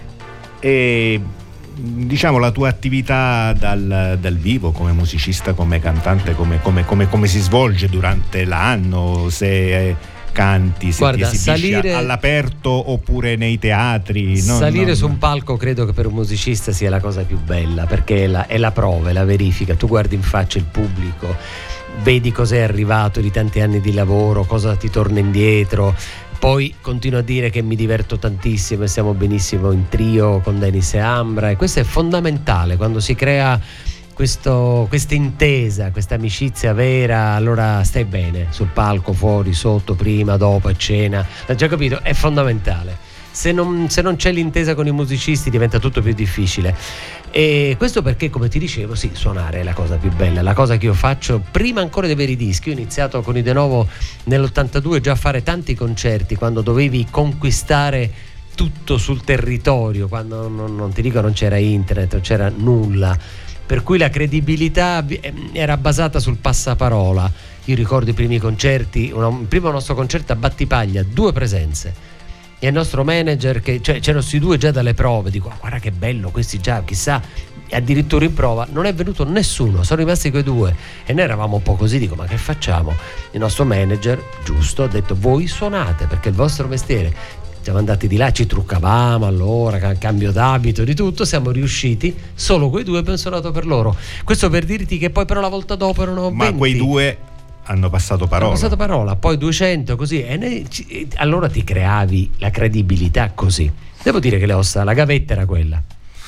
E diciamo la tua attività dal, dal vivo come musicista, come cantante, come, come, come, come si svolge durante l'anno, se canti, se Guarda, ti esibisci salire, all'aperto oppure nei teatri. Non, salire non... su un palco credo che per un musicista sia la cosa più bella, perché è la, è la prova, è la verifica, tu guardi in faccia il pubblico, vedi cosa è arrivato di tanti anni di lavoro, cosa ti torna indietro. Poi continuo a dire che mi diverto tantissimo e stiamo benissimo in trio con Denis e Ambra, e questo è fondamentale quando si crea questo, questa intesa, questa amicizia vera. Allora stai bene sul palco, fuori, sotto, prima, dopo, a cena, l'hai già capito? È fondamentale. Se non, se non c'è l'intesa con i musicisti diventa tutto più difficile. E questo perché, come ti dicevo, sì, suonare è la cosa più bella, la cosa che io faccio prima ancora di avere i dischi. Io ho iniziato con i De Novo nell'ottantadue già a fare tanti concerti, quando dovevi conquistare tutto sul territorio, quando non, non ti dico non c'era internet, non c'era nulla, per cui la credibilità era basata sul passaparola. Io ricordo i primi concerti, una, il primo nostro concerto a Battipaglia, due presenze. E il nostro manager, che cioè c'erano questi due già dalle prove, dico, ah, guarda che bello, questi già, chissà, addirittura in prova non è venuto nessuno, sono rimasti quei due e noi eravamo un po' così, dico, ma che facciamo? Il nostro manager, giusto, ha detto, voi suonate perché è il vostro mestiere. Siamo andati di là, ci truccavamo allora, cambio d'abito, di tutto, siamo riusciti, solo quei due abbiamo suonato per loro. Questo per dirti che poi però la volta dopo erano ma venti. quei due hanno passato parola. Hanno passato parola, poi duecento così, e ne, ci, allora ti creavi la credibilità così. Devo dire che le ossa, la gavetta era quella.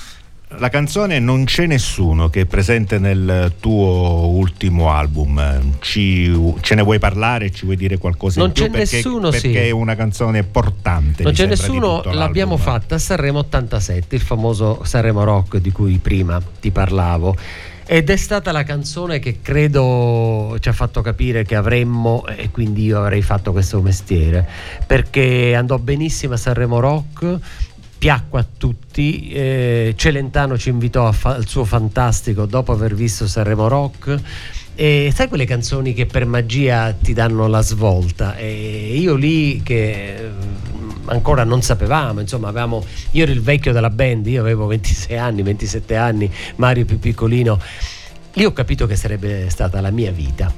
La canzone Non c'è nessuno, che è presente nel tuo ultimo album, ci, ce ne vuoi parlare? Ci vuoi dire qualcosa non in più? c'è Perché, nessuno, perché sì. è una canzone portante. Non c'è sembra, nessuno, l'abbiamo fatta a Sanremo ottantasette, il famoso Sanremo Rock di cui prima ti parlavo. Ed è stata la canzone che credo ci ha fatto capire che avremmo, e quindi io avrei fatto questo mestiere, perché andò benissimo a Sanremo Rock, piacque a tutti. eh, Celentano ci invitò a fa- al suo Fantastico dopo aver visto Sanremo Rock. E sai quelle canzoni che per magia ti danno la svolta? E io lì che ancora non sapevamo, insomma avevamo, io ero il vecchio della band, io avevo ventisei anni, ventisette anni, Mario più piccolino. Lì ho capito che sarebbe stata la mia vita.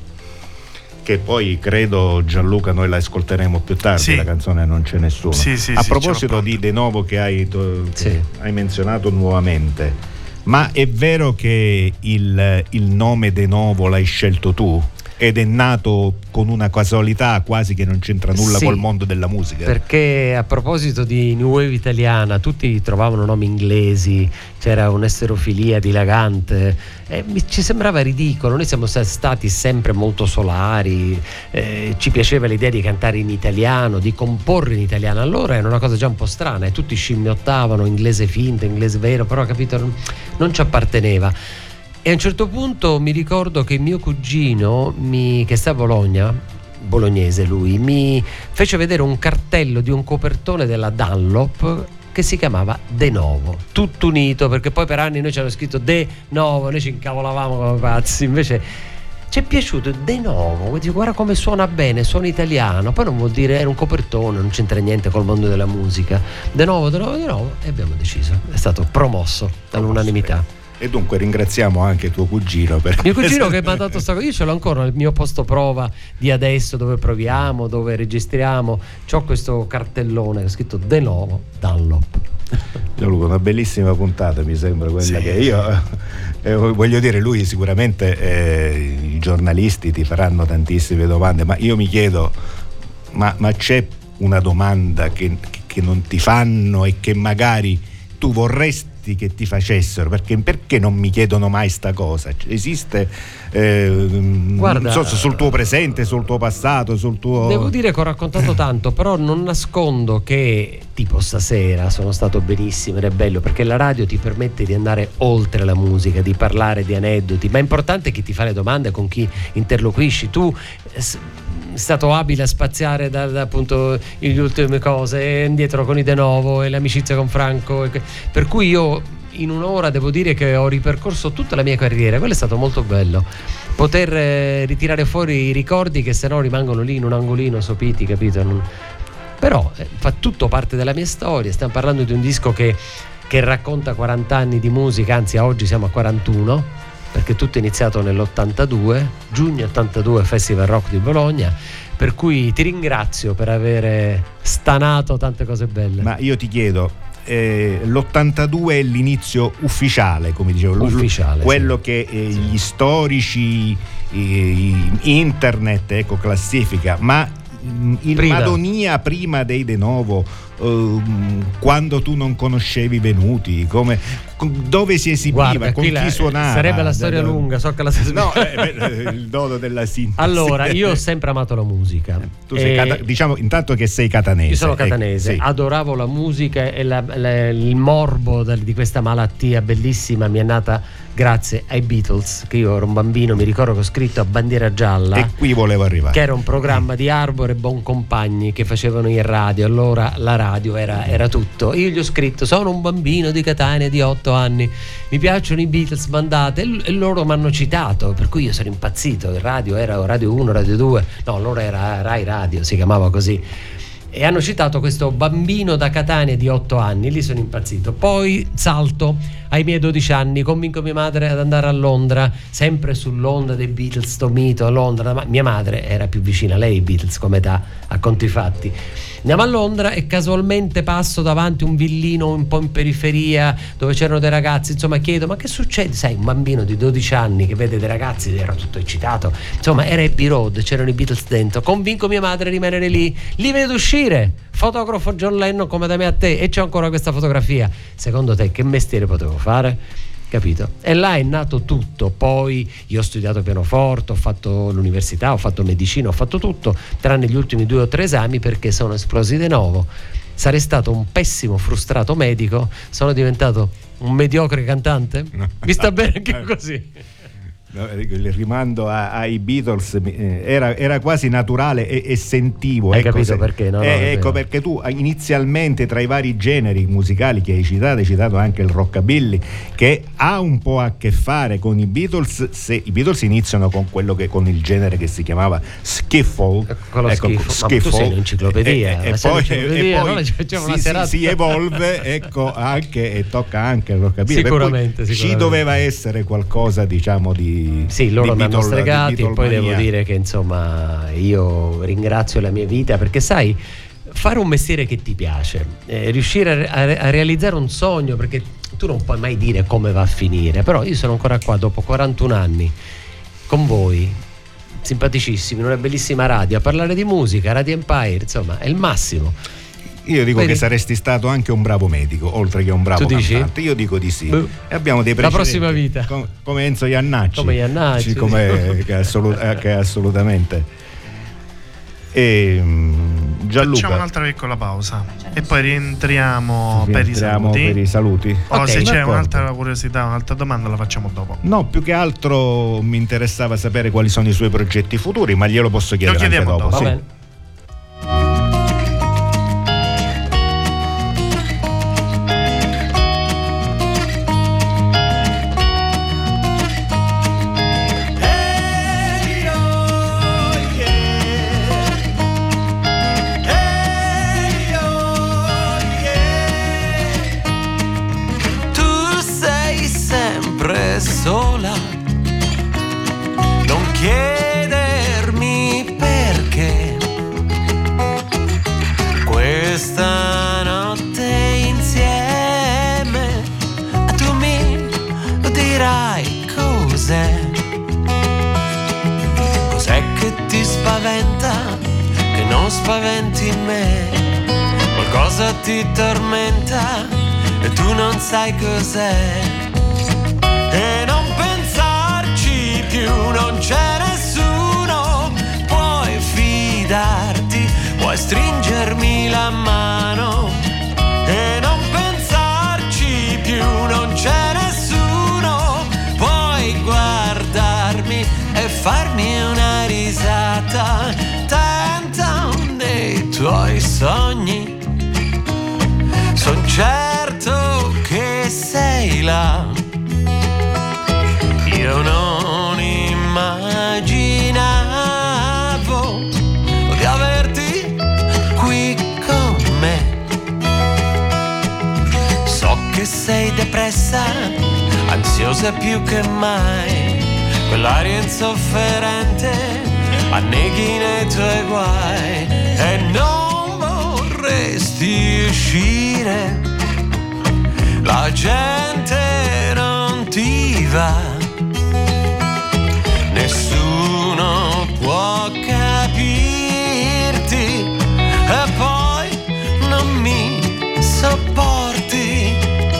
Che poi credo, Gianluca, noi la ascolteremo più tardi, sì. La canzone Non c'è nessuno. Sì, sì, a sì, proposito di De Novo che hai, che sì. hai menzionato nuovamente, ma è vero che il, il nome De Novo l'hai scelto tu? Ed è nato con una casualità quasi che non c'entra nulla sì, col mondo della musica. Perché a proposito di New Wave italiana, tutti trovavano nomi inglesi, c'era un'esterofilia dilagante, e mi, ci sembrava ridicolo. Noi siamo stati sempre molto solari, eh, ci piaceva l'idea di cantare in italiano, di comporre in italiano. Allora era una cosa già un po' strana, e tutti scimmiottavano inglese finto, inglese vero, però capito, non, non ci apparteneva. E a un certo punto mi ricordo che mio cugino, mi, che sta a Bologna, bolognese lui, mi fece vedere un cartello di un copertone della Dunlop che si chiamava De Novo, tutto unito, perché poi per anni noi ci hanno scritto De Novo, noi ci incavolavamo come pazzi, invece ci è piaciuto De Novo, dico, guarda come suona bene, suona italiano, poi non vuol dire, era un copertone, non c'entra niente col mondo della musica, De Novo, De Novo, De Novo, e abbiamo deciso, è stato promosso all'unanimità. E dunque ringraziamo anche tuo cugino per mio cugino che mi ha dato sta cosa. Io ce l'ho ancora nel mio posto prova di adesso, dove proviamo, dove registriamo, c'ho questo cartellone che è scritto De Novo Dunlop. Luca, una bellissima puntata mi sembra quella, sì. Che io eh, voglio dire, lui sicuramente eh, i giornalisti ti faranno tantissime domande, ma io mi chiedo, ma, ma c'è una domanda che, che non ti fanno e che magari tu vorresti che ti facessero, perché perché non mi chiedono mai sta cosa? Esiste eh, Guarda, non so, sul tuo presente, sul tuo passato, sul tuo... Devo dire che ho raccontato tanto, però non nascondo che tipo stasera sono stato benissimo ed è bello, perché la radio ti permette di andare oltre la musica, di parlare di aneddoti, ma è importante chi ti fa le domande, con chi interloquisci. Tu è stato abile a spaziare da, da appunto le ultime cose, indietro con i De Novo e l'amicizia con Franco, e, per cui io in un'ora devo dire che ho ripercorso tutta la mia carriera. Quello è stato molto bello, poter eh, ritirare fuori i ricordi che se no rimangono lì in un angolino sopiti, capito? Non... però eh, fa tutto parte della mia storia. Stiamo parlando di un disco che, che racconta quaranta anni di musica, anzi a oggi siamo a quarantuno, perché tutto è iniziato nell'ottantadue, giugno ottantadue, Festival Rock di Bologna, per cui ti ringrazio per aver stanato tante cose belle. Ma io ti chiedo, eh, l'ottantadue è l'inizio ufficiale, come dicevo, ufficiale, quello sì. che eh, sì. gli storici, eh, internet, ecco, classifica, ma il prima. Madonia prima dei De Novo, uh, quando tu non conoscevi Venuti, come, dove si esibiva, Guarda, con chi la, suonava? sarebbe la storia da, lunga, so che la no, eh, beh, il dono della sintesi. Allora, io ho sempre amato la musica. Tu sei cata- diciamo intanto che sei catanese. Io sono catanese, ecco, sì. Adoravo la musica e la, la, il morbo del, di questa malattia bellissima mi è nata grazie ai Beatles, che io ero un bambino, mi ricordo che ho scritto a bandiera gialla, E qui volevo arrivare. che era un programma di Arbor e Boncompagni che facevano in radio. Allora la radio era, era tutto. Io gli ho scritto: sono un bambino di Catania di otto anni, mi piacciono i Beatles, mandate, e loro mi hanno citato, per cui io sono impazzito. Il radio era Radio uno, Radio due, no, allora era Rai Radio, si chiamava così, e hanno citato questo bambino da Catania di otto anni. Lì sono impazzito. Poi salto ai miei dodici anni, convinco mia madre ad andare a Londra, sempre sull'onda dei Beatles, sto mito a Londra, ma mia madre era più vicina a lei ai Beatles come età, a conti fatti. Andiamo a Londra e casualmente passo davanti un villino un po' in periferia dove c'erano dei ragazzi, insomma chiedo: ma che succede? Sai, un bambino di dodici anni che vede dei ragazzi, era tutto eccitato, insomma era Abbey Road, c'erano i Beatles dentro, convinco mia madre a rimanere lì, li vedo uscire, fotografo John Lennon come da me a te, e c'è ancora questa fotografia. Secondo te che mestiere potevo fare? Capito? E là è nato tutto. Poi io ho studiato pianoforte, ho fatto l'università, ho fatto medicina, ho fatto tutto tranne gli ultimi due o tre esami, perché sono esplosi di nuovo. Sarei stato un pessimo frustrato medico, sono diventato un mediocre cantante. Mi sta bene anche così. Il rimando a, ai Beatles eh, era, era quasi naturale e, e sentivo. Hai ecco, capito se, perché? No, eh, no, ecco perché tu inizialmente tra i vari generi musicali che hai citato, hai citato anche il rockabilly, che ha un po' a che fare con i Beatles. Se i Beatles iniziano con quello che con il genere che si chiamava skiffle, con lo ecco, schifo. skiffle, Ma tu sei un'enciclopedia, e, e, ma e sei poi, un'enciclopedia, e poi no? Facciamo si, una serata. si, si evolve, ecco, anche e tocca anche il rockabilly. Sicuramente, per cui sicuramente. ci doveva essere qualcosa, diciamo, di sì, loro mi hanno stregati, e poi devo Beatlemania. dire che insomma io ringrazio la mia vita, perché sai, fare un mestiere che ti piace, eh, riuscire a, a, a realizzare un sogno, perché tu non puoi mai dire come va a finire, però io sono ancora qua dopo quarantuno anni con voi, simpaticissimi, in una bellissima radio, a parlare di musica, Radio Empire, insomma è il massimo. Io dico Vedi? che saresti stato anche un bravo medico, oltre che un bravo Tu dici? cantante. Io dico di sì. Beh, E abbiamo dei la precedenti, prossima vita. com- come Enzo Iannacci. Come Iannacci. Sì, come- che, assolut- eh, che assolutamente. E, mm, Gianluca. Facciamo un'altra piccola pausa e poi rientriamo per i rientriamo saluti. per i saluti. O Ok, se c'è d'accordo. un'altra curiosità, un'altra domanda, la facciamo dopo. No, più che altro mi interessava sapere quali sono i suoi progetti futuri, ma glielo posso chiedere Lo anche chiediamo dopo. dopo. Va sì. bene. Tu sei sempre sola, non chiedermi perché. Questa notte insieme tu mi dirai cos'è. Cos'è che ti spaventa, che non spaventi me? Qualcosa ti tormenta e tu non sai cos'è. E non pensarci più, non c'è nessuno. Puoi fidarti, puoi stringermi la mano. E non pensarci più, non c'è nessuno. Puoi guardarmi e farmi una risata. Tenta nei tuoi sogni, son certo che sei là. Io non immaginavo di averti qui con me. So che sei depressa, ansiosa più che mai. Quell'aria insofferente anneghi nei tuoi guai. E non vorresti uscire, la gente non ti va, nessuno può capirti e poi non mi sopporti.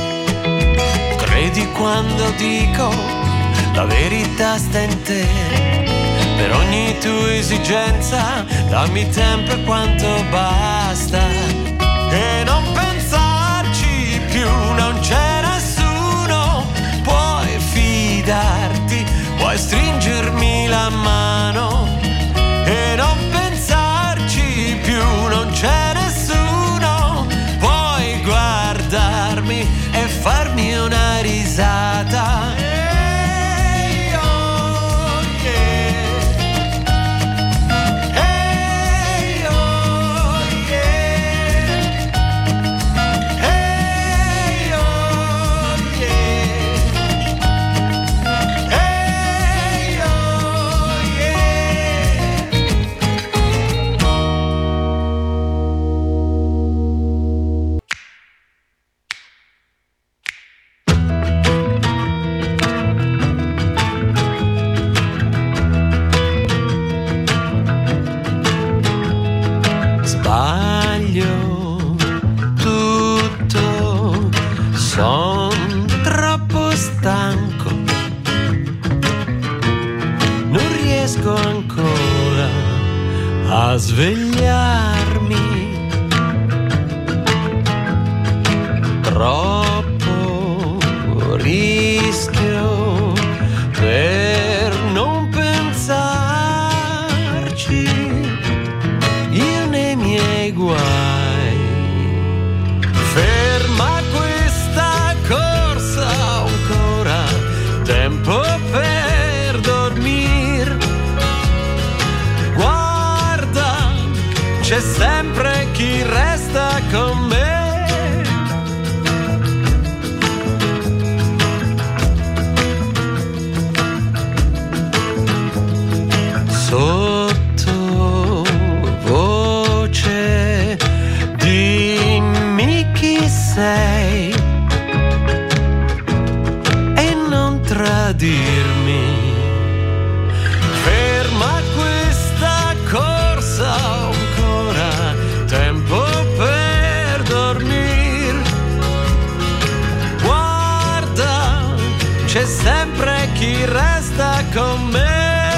Credi quando dico la verità sta in te? Per ogni tua esigenza dammi tempo e quanto basta. E non pensarci più, non c'è nessuno. Puoi fidarti, puoi stringermi la mano. E non pensarci più, non c'è nessuno. Puoi guardarmi e farmi una risata. Sbaglio tutto, son troppo stanco, non riesco ancora a svegliarmi. Troppo rischio per tradirmi. Ferma questa corsa, ancora tempo per dormire. Guarda, c'è sempre chi resta con me.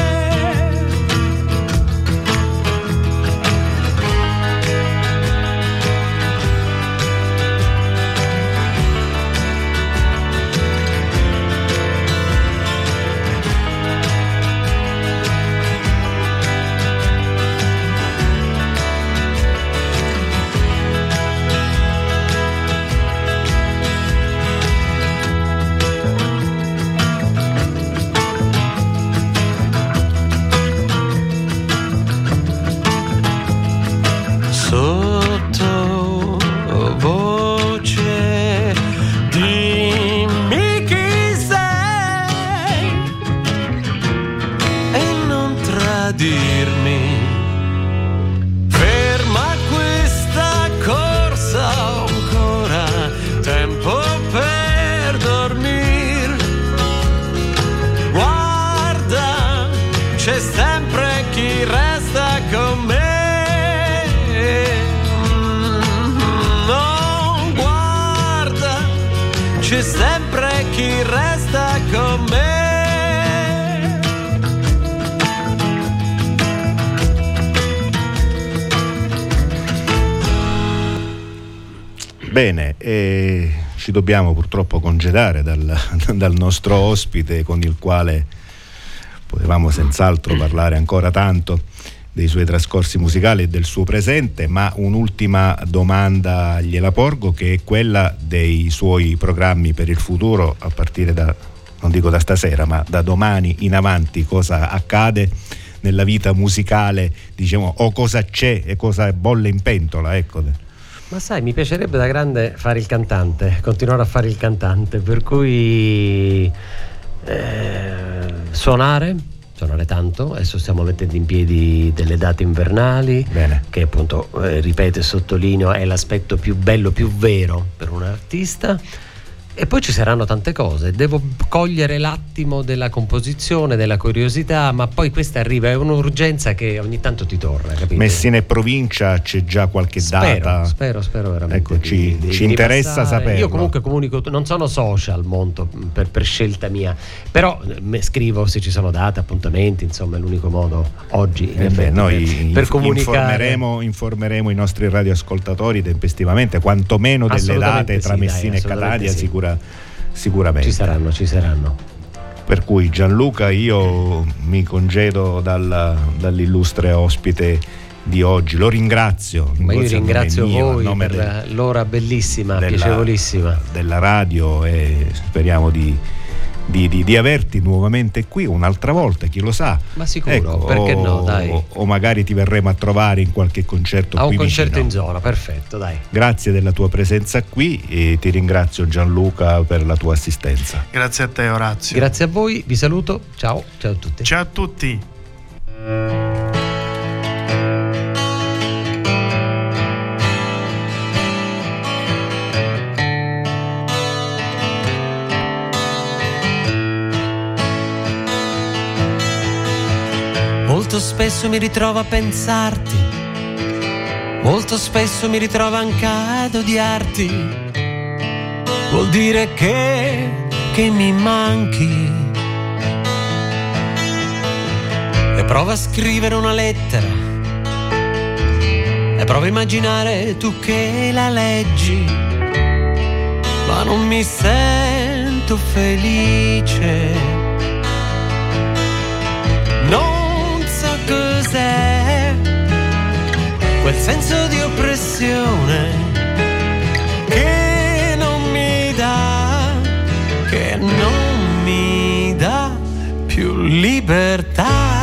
C'è sempre chi resta con me. Bene, eh, ci dobbiamo purtroppo congedare dal, dal nostro ospite, con il quale potevamo senz'altro parlare ancora tanto dei suoi trascorsi musicali e del suo presente, ma un'ultima domanda gliela porgo, che è quella dei suoi programmi per il futuro, a partire da, non dico da stasera, ma da domani in avanti. Cosa accade nella vita musicale, diciamo, o cosa c'è e cosa bolle in pentola, ecco. Ma sai, mi piacerebbe da grande fare il cantante, continuare a fare il cantante, per cui eh, suonare suonare tanto. Adesso stiamo mettendo in piedi delle date invernali. Bene. Che appunto, eh, ripeto e sottolineo, è l'aspetto più bello, più vero per un artista. E poi ci saranno tante cose, devo cogliere l'attimo della composizione, della curiosità, ma poi questa arriva, è un'urgenza che ogni tanto ti torna, capito? Messina e provincia, c'è già qualche spero, data? Spero, spero veramente. Ecco, di, ci, di, ci di interessa saperlo. Io comunque comunico, non sono social molto per, per scelta mia, però me scrivo se ci sono date, appuntamenti, insomma è l'unico modo oggi in eh beh, noi per, inf- per comunicare. Informeremo, informeremo i nostri radioascoltatori tempestivamente, quantomeno delle date tra sì, Messina dai, e Catania, sì. sicura, sicuramente. Ci saranno, ci saranno. Per cui Gianluca, io mi congedo dal, dall'illustre ospite di oggi, lo ringrazio. Ma io ringrazio mio, voi per del, l'ora bellissima, della, piacevolissima della radio, e speriamo di, di, di, di averti nuovamente qui un'altra volta, chi lo sa. Ma sicuro, ecco, perché o, no, dai. O, o magari ti verremo a trovare in qualche concerto a qui un concerto vicino. in zona, perfetto, dai. Grazie della tua presenza qui e ti ringrazio, Gianluca, per la tua assistenza. Grazie a te, Orazio. Grazie a voi, vi saluto, ciao, ciao a tutti. Ciao a tutti. Molto spesso mi ritrovo a pensarti, molto spesso mi ritrovo anche ad odiarti. Vuol dire che, che mi manchi. E provo a scrivere una lettera, e provo a immaginare tu che la leggi, ma non mi sento felice. Non cos'è quel senso di oppressione che non mi dà, che non mi dà più libertà.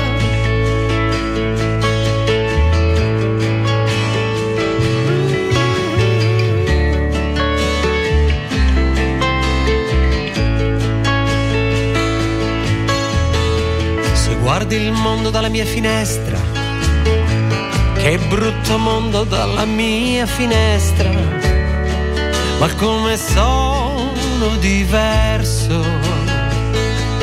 Guardi il mondo dalla mia finestra, che brutto mondo dalla mia finestra, ma come sono diverso.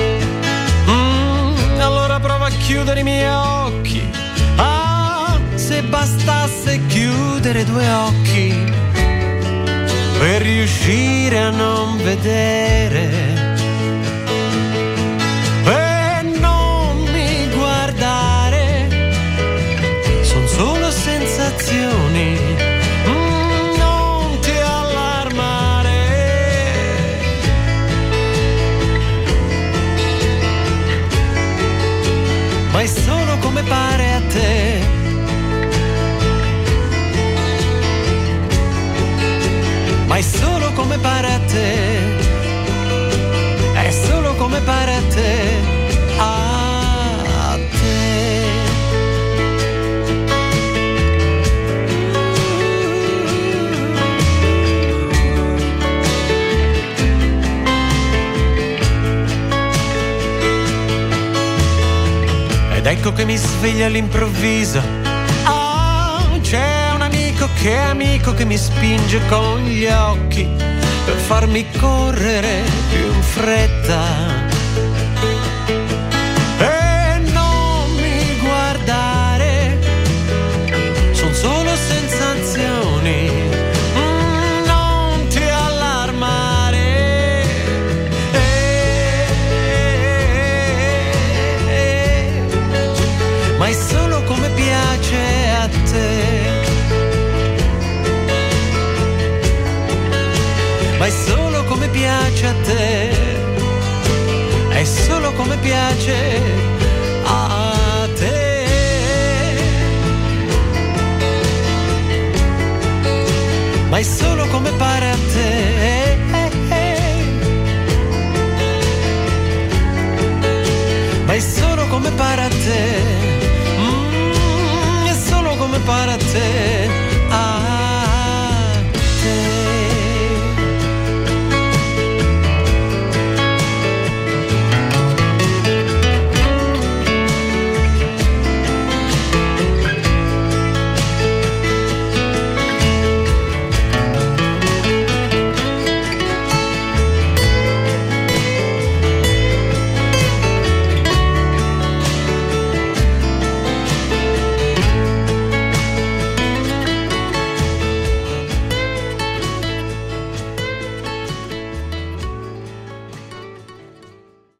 chiudere i miei occhi. Ah, se bastasse chiudere due occhi per riuscire a non vedere e non mi guardare, son solo sensazioni. Mm, non ti allarmare, ma è solo come pare a te. Ma è solo come pare a te, è solo come pare a te, a te. Ed ecco che mi sveglia all'improvviso. Ah, c'è che è amico che mi spinge con gli occhi per farmi correre più in fretta e non mi guardare, son solo sensazioni. Mm, non ti allarmare, eh, eh, eh, ma è solo come piace a te. Ma è solo come piace a te, è solo come piace a te. Ma è solo come pare a te, ma è solo come pare a te, mm, è solo come pare a te.